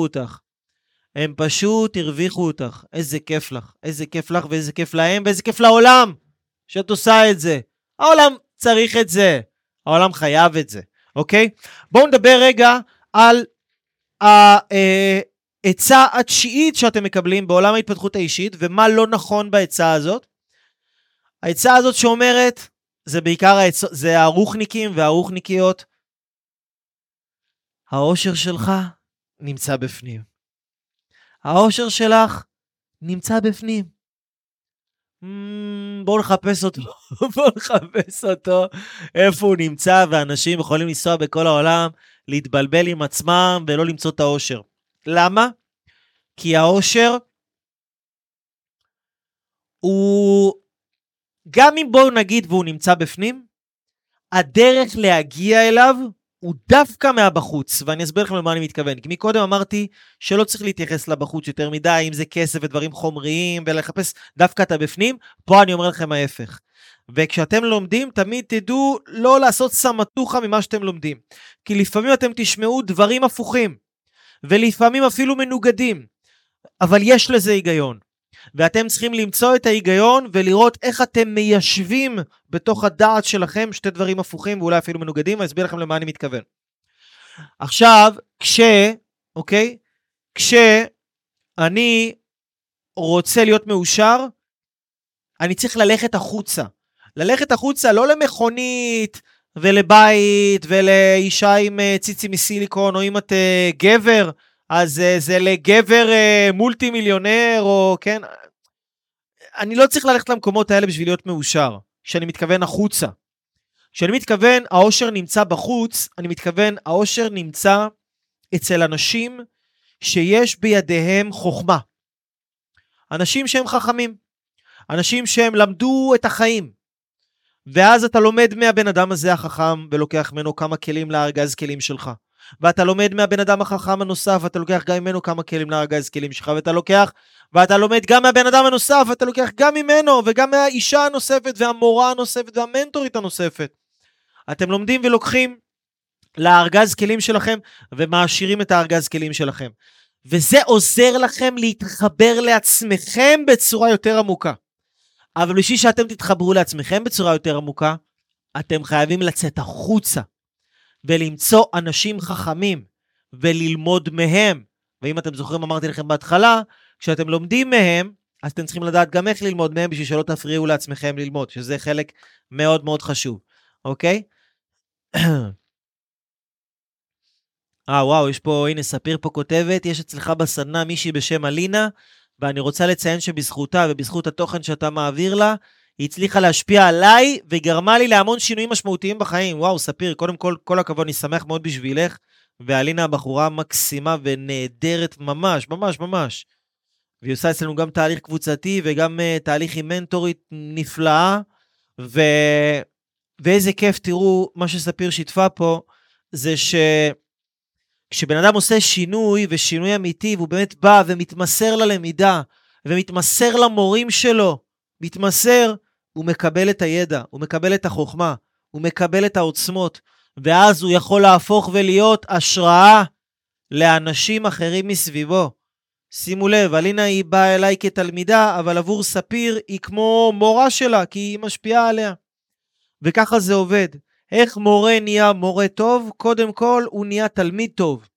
אותך. איזה כיף לך ואיזה כיף להם ואיזה כיף לעולם שאת עושה את זה. העולם צריך את זה, העולם חייב את זה, אוקיי? בואו נדבר רגע על העצה התשיעית שאתם מקבלים בעולם ההתפתחות האישית, ומה לא נכון בעצה הזאת. העצה הזאת שאומרת, זה בעיקר זה הרוחניקים והרוחניקיות, האושר שלך נמצא בפנים. האושר שלך נמצא בפנים. בואו נחפש אותו. איפה הוא נמצא, ואנשים יכולים לנסוע בכל העולם, להתבלבל עם עצמם ולא למצוא את האושר. למה? כי האושר הוא, גם אם בואו נגיד והוא נמצא בפנים, הדרך להגיע אליו הוא דווקא מהבחוץ, ואני אסביר לכם למה אני מתכוון, כי מקודם אמרתי שלא צריך להתייחס לבחוץ יותר מדי, אם זה כסף ודברים חומריים, ולחפש דווקא את הבפנים, פה אני אומר לכם ההפך. וכשאתם לומדים, תמיד תדעו לא לעשות סמטוחה ממה שאתם לומדים, כי לפעמים אתם תשמעו דברים הפוכים, ולפעמים אפילו מנוגדים, אבל יש לזה היגיון. ואתם צריכים למצוא את ההיגיון ולראות איך אתם מיישבים בתוך הדעת שלכם שתי דברים הפוכים ואולי אפילו מנוגדים, ואני אסביר לכם למה אני מתכוון. עכשיו, כשאני רוצה להיות מאושר, אני צריך ללכת החוצה, לא למכונית ולבית ולאישה עם ציצי מסיליקון, או אם את גבר, אז זה לגבר מולטי מיליונר, או כן, אני לא צריך ללכת למקומות האלה בשביל להיות מאושר, כשאני מתכוון החוצה. כשאני מתכוון האושר נמצא בחוץ, אני מתכוון האושר נמצא אצל אנשים שיש בידיהם חוכמה. אנשים שהם חכמים, אנשים שהם למדו את החיים, ואז אתה לומד מהבן אדם הזה החכם, ולוקח ממנו כמה כלים לארגז כלים שלך. ואתה לומד מהבן אדם החכם הנוסף, ואתה לוקח גם ממנו כמה כלים לארגז כלים שלך, ואתה לומד גם מהבן אדם הנוסף, ואתה לוקח גם ממנו, וגם מהאישה הנוספת, והמורה הנוספת, והמנטורית הנוספת. אתם לומדים ולוקחים לארגז כלים שלכם, ומעשירים את הארגז כלים שלכם. וזה עוזר לכם להתחבר לעצמכם בצורה יותר עמוקה. אבל בשביל שאתם תתחברו לעצמכם בצורה יותר עמוקה, אתם חייבים לצאת החוצה, ולמצוא אנשים חכמים, וללמוד מהם. ואם אתם זוכרים, אמרתי לכם בהתחלה, כשאתם לומדים מהם, אז אתם צריכים לדעת גם איך ללמוד מהם, בשביל שלא תפריעו לעצמכם ללמוד, שזה חלק מאוד מאוד חשוב. אוקיי? וואו, יש פה, הנה, ספיר פה כותבת, יש אצלך בסדנה מישהי בשם אלינה, ואני רוצה לציין שבזכותה ובזכות התוכן שאתה מעביר לה, היא הצליחה להשפיע עליי, וגרמה לי להמון שינויים משמעותיים בחיים. וואו, ספיר, קודם כל הכבוד, אני שמח מאוד בשבילך, ואלינה הבחורה מקסימה ונהדרת ממש, ממש, ממש. והיא עושה אצלנו גם תהליך קבוצתי, וגם תהליך עם מנטורית נפלאה, ואיזה כיף, תראו, מה שספיר שיתפה פה, זה כשבן אדם עושה שינוי, ושינוי אמיתי, והוא באמת בא ומתמסר ללמידה, ומתמסר למורים שלו, מתמסר, הוא מקבל את הידע, הוא מקבל את החוכמה, הוא מקבל את העוצמות, ואז הוא יכול להפוך ולהיות השראה לאנשים אחרים מסביבו. שימו לב, אלינה היא באה אליי כתלמידה, אבל עבור ספיר היא כמו מורה שלה, כי היא משפיעה עליה. וככה זה עובד. איך מורה נהיה מורה טוב? קודם כל הוא נהיה תלמיד טוב.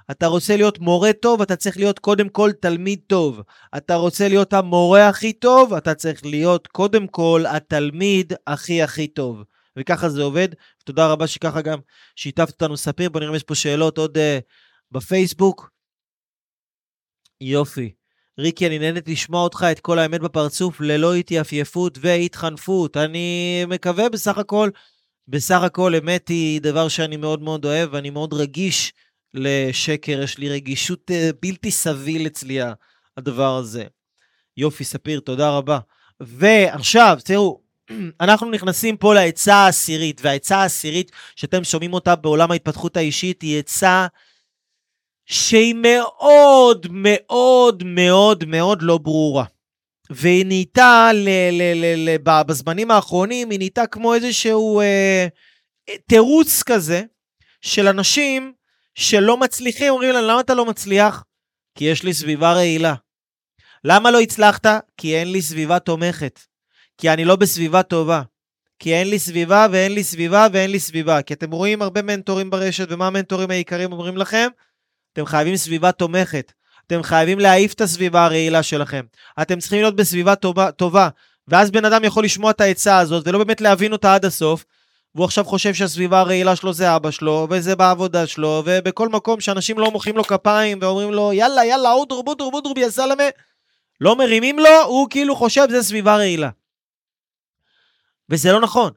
אתה רוצה להיות מורה טוב, אתה צריך להיות קודם כל תלמיד טוב. אתה רוצה להיות המורה הכי טוב, אתה צריך להיות קודם כל התלמיד הכי טוב. וככה זה עובד. תודה רבה שככה גם שיתפת אותנו ספיר. בוא נראה אם יש פה שאלות עוד בפייסבוק. יופי. ריקי, אני נהנית לשמוע אותך את כל האמת בפרצוף, ללא התייפייפות והתחנפות. אני מקווה בסך הכל אמת היא דבר שאני מאוד מאוד אוהב, ואני מאוד רגיש לשקר, יש לי רגישות בלתי סביל אצלי הדבר הזה. יופי, ספיר, תודה רבה. ועכשיו, תראו, אנחנו נכנסים פה לעצה העשירית, והעצה העשירית שאתם שומעים אותה בעולם ההתפתחות האישית, היא עצה שהיא מאוד מאוד מאוד מאוד לא ברורה. והיא נהייתה, בזמנים האחרונים, היא נהייתה כמו איזשהו תירוץ כזה, של אנשים שלא מצליחים, אומרים להם, למה אתה לא מצליח? כי יש לי סביבה רעילה. למה לא הצלחת? כי אין לי סביבה תומכת. כי אני לא בסביבה טובה. כי אין לי סביבה ואין לי סביבה ואין לי סביבה. כי אתם רואים הרבה מנטורים ברשת, ומה המנטורים העיקריים אומרים לכם? אתם חייבים סביבה תומכת. אתם חייבים להעיף את הסביבה הרעילה שלכם. אתם צריכים להיות בסביבה טובה. ואז בן אדם יכול לשמוע את העצה הזאת, ולא באמת להבין אותה עד הסוף, והוא עכשיו חושב שהסביבה הרעילה שלו זה אבא שלו, וזה בעבודה שלו, ובכל מקום שאנשים לא מוחאים לו כפיים, ואומרים לו, יאללה, יאללה, אודר, בודר, בודר, בי הסלמה, לא מרימים לו, הוא כאילו חושב זה סביבה רעילה. וזה לא נכון.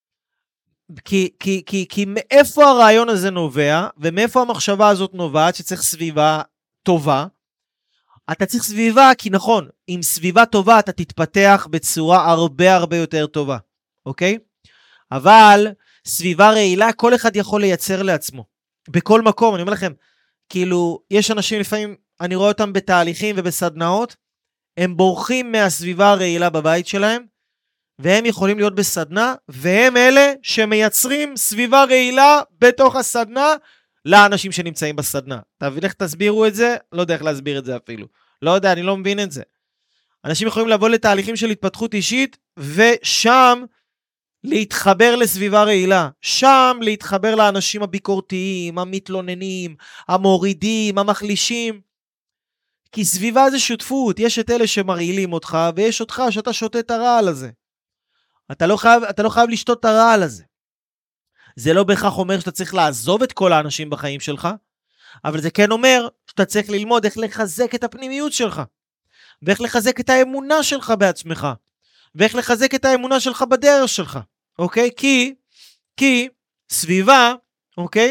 כי מאיפה הרעיון הזה נובע, ומאיפה המחשבה הזאת נובעת, שצריך סביבה טובה. אתה צריך סביבה, כי נכון, עם סביבה טובה אתה תתפתח בצורה הרבה יותר טובה, אוקיי? אבל סביבה רעילה כל אחד יכול לייצר לעצמו. בכל מקום, אני אומר לכם, כאילו, יש אנשים לפעמים, אני רואה אותם בתהליכים ובסדנאות, הם בורחים מהסביבה הרעילה בבית שלהם, והם יכולים להיות בסדנה, והם אלה שמייצרים סביבה רעילה בתוך הסדנה, לאנשים שנמצאים בסדנה. תבין איך תסבירו את זה? לא יודע איך להסביר את זה אפילו. לא יודע, אני לא מבין את זה. אנשים יכולים לבוא לתהליכים של התפתחות אישית, ושם להתחבר לסביבה רעילה. שם להתחבר לאנשים הביקורתיים, המתלוננים, המורידים, המחלישים. כי סביבה זה שותפות. יש את אלה שמרעילים אותך, ויש אותך שאתה שותה את הרעל הזה. אתה לא חייב לשתות את הרעל הזה. זה לא בהכרח אומר שאתה צריך לעזוב את כל האנשים בחיים שלך, אבל זה כן אומר שאתה צריך ללמוד איך לחזק את הפנימיות שלך, ואיך לחזק את האמונה שלך בעצמך, ואיך לחזק את האמונה שלך בדרך שלך, אוקיי? כי סביבה, אוקיי?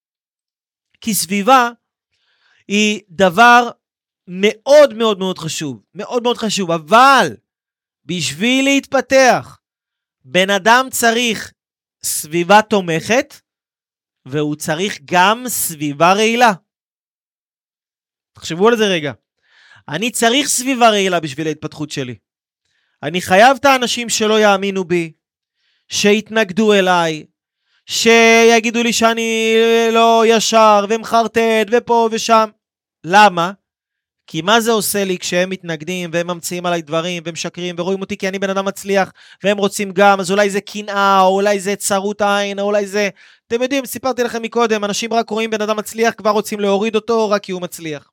כי סביבה היא דבר מאוד מאוד מאוד חשוב, מאוד מאוד חשוב, אבל בשביל להתפתח, בן אדם צריך סביבה תומכת, והוא צריך גם סביבה רעילה. תחשבו על זה רגע. אני צריך סביבה רעילה בשביל ההתפתחות שלי. אני חייב את האנשים שלא יאמינו בי, שיתנגדו אליי, שיגידו לי שאני לא ישר ומחרטט ופה ושם. למה? כי מה זה עושה לי כשהם מתנגדים והם ממציאים עליי דברים והם שקרים ורואים אותי כי אני בן אדם מצליח והם רוצים גם, אז אולי זה קנאה או אולי זה צרות עין או אולי זה, אתם יודעים, סיפרתי לכם מקודם, אנשים רק רואים בן אדם מצליח, כבר רוצים להוריד אותו רק כי הוא מצליח.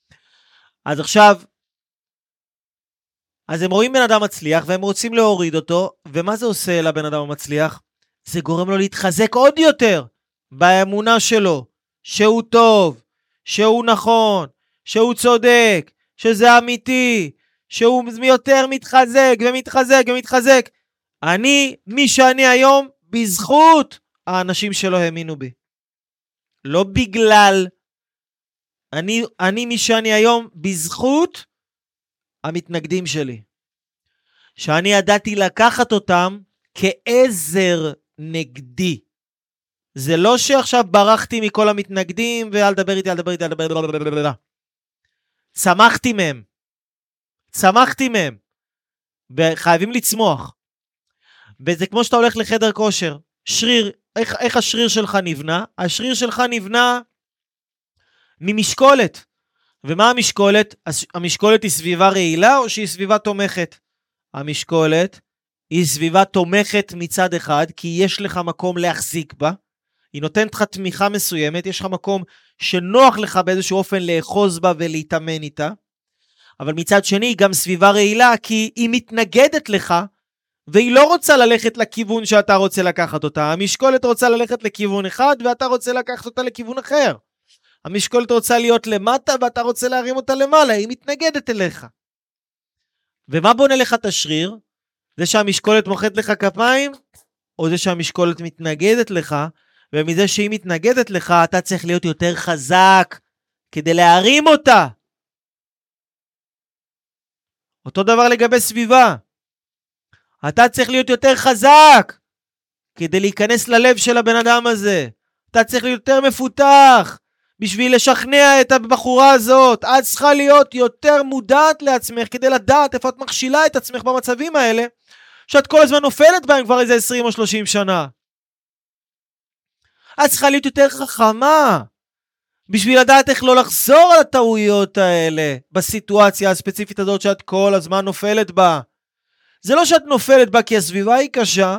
אז עכשיו, אז הם רואים בן אדם מצליח והם רוצים להוריד אותו, ומה זה עושה לבן אדם המצליח? זה גורם לו להתחזק עוד יותר באמונה שלו, שהוא טוב, שהוא נכון, שהוא צודק, שזה אמיתי, שהוא יותר מתחזק ומתחזק ומתחזק. אני, מי שאני היום, בזכות האנשים שלא האמינו בי. לא בגלל, אני מי שאני היום, בזכות המתנגדים שלי. שאני ידעתי לקחת אותם כעזר נגדי. זה לא שעכשיו ברחתי מכל המתנגדים, ואל דבר איתי, אל דבר איתי, אל דבר איתי. צמחתי מהם, וחייבים לצמוח. וזה כמו שאתה הולך לחדר כושר, שריר, איך השריר שלך נבנה? השריר שלך נבנה ממשקולת. ומה המשקולת? המשקולת היא סביבה רעילה או שהיא סביבה תומכת? המשקולת היא סביבה תומכת מצד אחד, כי יש לך מקום להחזיק בה, היא נותנת לך תמיכה מסוימת, יש לך מקום שנוח לך באיזשהו אופן לאחוז בה ולהתאמן איתה, אבל מצד שני גם סביבה רעילה, כי היא מתנגדת לך, והיא לא רוצה ללכת לכיוון שאתה רוצה לקחת אותה. המשקולת רוצה ללכת לכיוון אחד, ואתה רוצה לקחת אותה לכיוון אחר. המשקולת רוצה להיות למטה, ואתה רוצה להרים אותה למעלה, היא מתנגדת אליך. ומה בונה לך את השריר? זה שהמשקולת מוחאת לך כפיים, או זה שהמשקולת מתנגדת לך, ומזה שהיא מתנגדת לך, אתה צריך להיות יותר חזק, כדי להרים אותה. אותו דבר לגבי סביבה. אתה צריך להיות יותר חזק, כדי להיכנס ללב של הבן אדם הזה. אתה צריך להיות יותר מפותח, בשביל לשכנע את הבחורה הזאת. את צריכה להיות יותר מודעת לעצמך, כדי לדעת איפה את מכשילה את עצמך במצבים האלה, שאת כל הזמן נופלת בהם כבר איזה 20 או 30 שנה. את צריכה להיות יותר חכמה, בשביל לדעת איך לא לחזור על הטעויות האלה, בסיטואציה הספציפית הזאת שאת כל הזמן נופלת בה. זה לא שאת נופלת בה כי הסביבה היא קשה,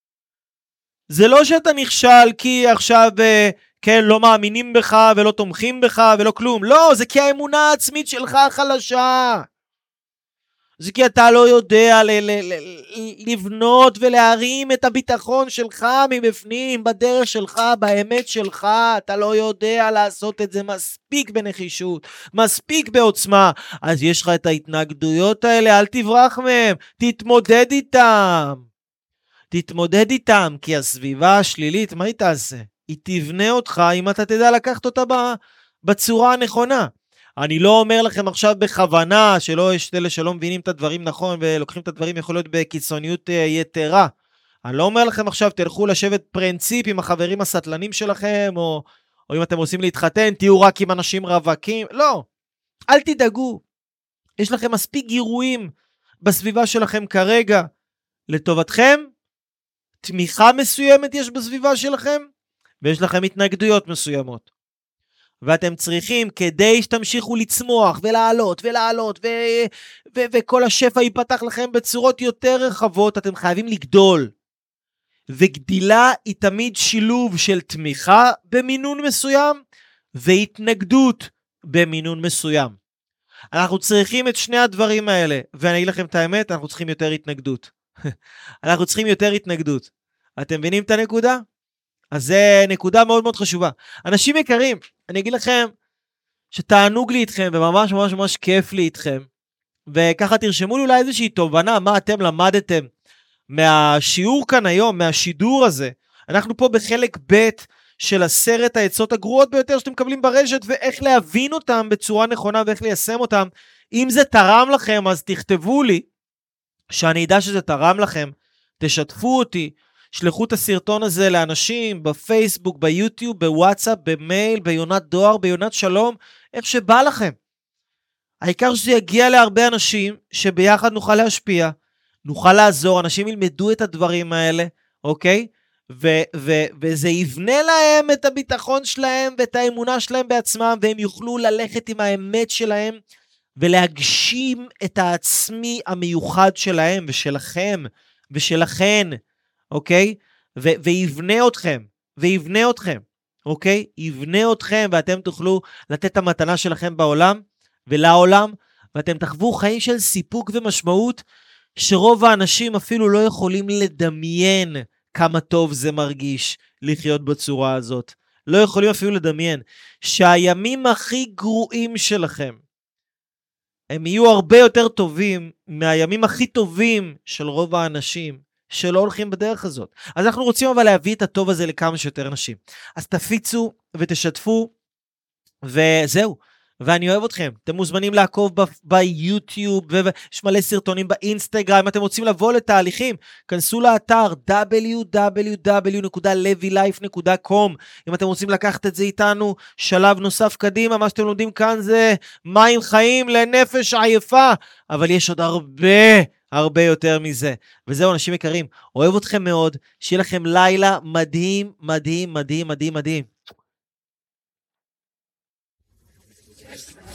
זה לא שאתה נכשל כי עכשיו כן, לא מאמינים בך ולא תומכים בך ולא כלום. לא, זה כי האמונה העצמית שלך חלשה. זה כי אתה לא יודע לבנות ולהרים את הביטחון שלך מבפנים, בדרך שלך, באמת שלך. אתה לא יודע לעשות את זה מספיק בנחישות, מספיק בעוצמה. אז יש לך את ההתנגדויות האלה, אל תברח מהם, תתמודד איתם. תתמודד איתם, כי הסביבה השלילית, מה היא תעשה? היא תבנה אותך אם אתה תדע לקחת אותה בצורה הנכונה. אני לא אומר לכם עכשיו בכוונה, שלא יש אלה שלא מבינים את הדברים נכון, ולוקחים את הדברים יכול להיות בקיצוניות יתרה. אני לא אומר לכם עכשיו, תלכו לשבת פרינציפ עם החברים הסטלנים שלכם, או אם אתם רוצים להתחתן, תהיו רק עם אנשים רווקים. לא, אל תדאגו. יש לכם מספיק גירויים בסביבה שלכם כרגע. לטובתכם, תמיכה מסוימת יש בסביבה שלכם, ויש לכם התנגדויות מסוימות. ואתם צריכים, כדי שתמשיכו לצמוח ולעלות ולעלות, וכל השפע ייפתח לכם בצורות יותר רחבות, אתם חייבים לגדול. וגדילה היא תמיד שילוב של תמיכה במינון מסוים, והתנגדות במינון מסוים. אנחנו צריכים את שני הדברים האלה, ואני אגיד לכם את האמת, אנחנו צריכים יותר התנגדות. אנחנו צריכים יותר התנגדות. אתם מבינים את הנקודה? אז זה נקודה מאוד מאוד חשובה. אנשים יקרים, אני אגיד לכם שתענוג לי איתכם, וממש ממש ממש כיף לי איתכם, וככה תרשמו לי אולי איזושהי תובנה, מה אתם למדתם מהשיעור כאן היום, מהשידור הזה. אנחנו פה בחלק ב' של 10 העצות הגרועות ביותר שאתם מקבלים ברשת, ואיך להבין אותם בצורה נכונה, ואיך ליישם אותם. אם זה תרם לכם, אז תכתבו לי, שאני אדע שזה תרם לכם, תשתפו אותי, שלחו את הסרטון הזה לאנשים, בפייסבוק, ביוטיוב, בוואטסאפ, במייל, ביונת דואר, ביונת שלום, איך שבא לכם. העיקר שזה יגיע להרבה אנשים, שביחד נוכל להשפיע, נוכל לעזור, אנשים ילמדו את הדברים האלה, אוקיי? וזה יבנה להם את הביטחון שלהם, ואת האמונה שלהם בעצמם, והם יוכלו ללכת עם האמת שלהם, ולהגשים את העצמי המיוחד שלהם, ושלכם, ושלכן, אוקיי? ויבנה אתכם, אוקיי? יבנה אתכם, ואתם תוכלו לתת את המתנה שלכם בעולם, ולעולם, ואתם תחוו חיים של סיפוק ומשמעות, שרוב האנשים אפילו לא יכולים לדמיין כמה טוב זה מרגיש לחיות בצורה הזאת. לא יכולים אפילו לדמיין שהימים הכי גרועים שלכם, הם יהיו הרבה יותר טובים מהימים הכי טובים של רוב האנשים שלא הולכים בדרך הזאת. אז אנחנו רוצים אבל להביא את הטוב הזה לכמה שיותר אנשים. אז תפיצו ותשתפו, וזהו. ואני אוהב אתכם. אתם מוזמנים לעקוב ביוטיוב, ויש מלא סרטונים באינסטגרם. אם אתם רוצים לבוא לתהליכים, כנסו לאתר www.levylife.com. אם אתם רוצים לקחת את זה איתנו, שלב נוסף קדימה, מה שאתם לומדים כאן זה מים חיים לנפש עייפה, אבל יש עוד הרבה יותר מזה. וזהו, אנשים יקרים, אוהב אתכם מאוד, שיהיה לכם לילה מדהים, מדהים, מדהים, מדהים, מדהים.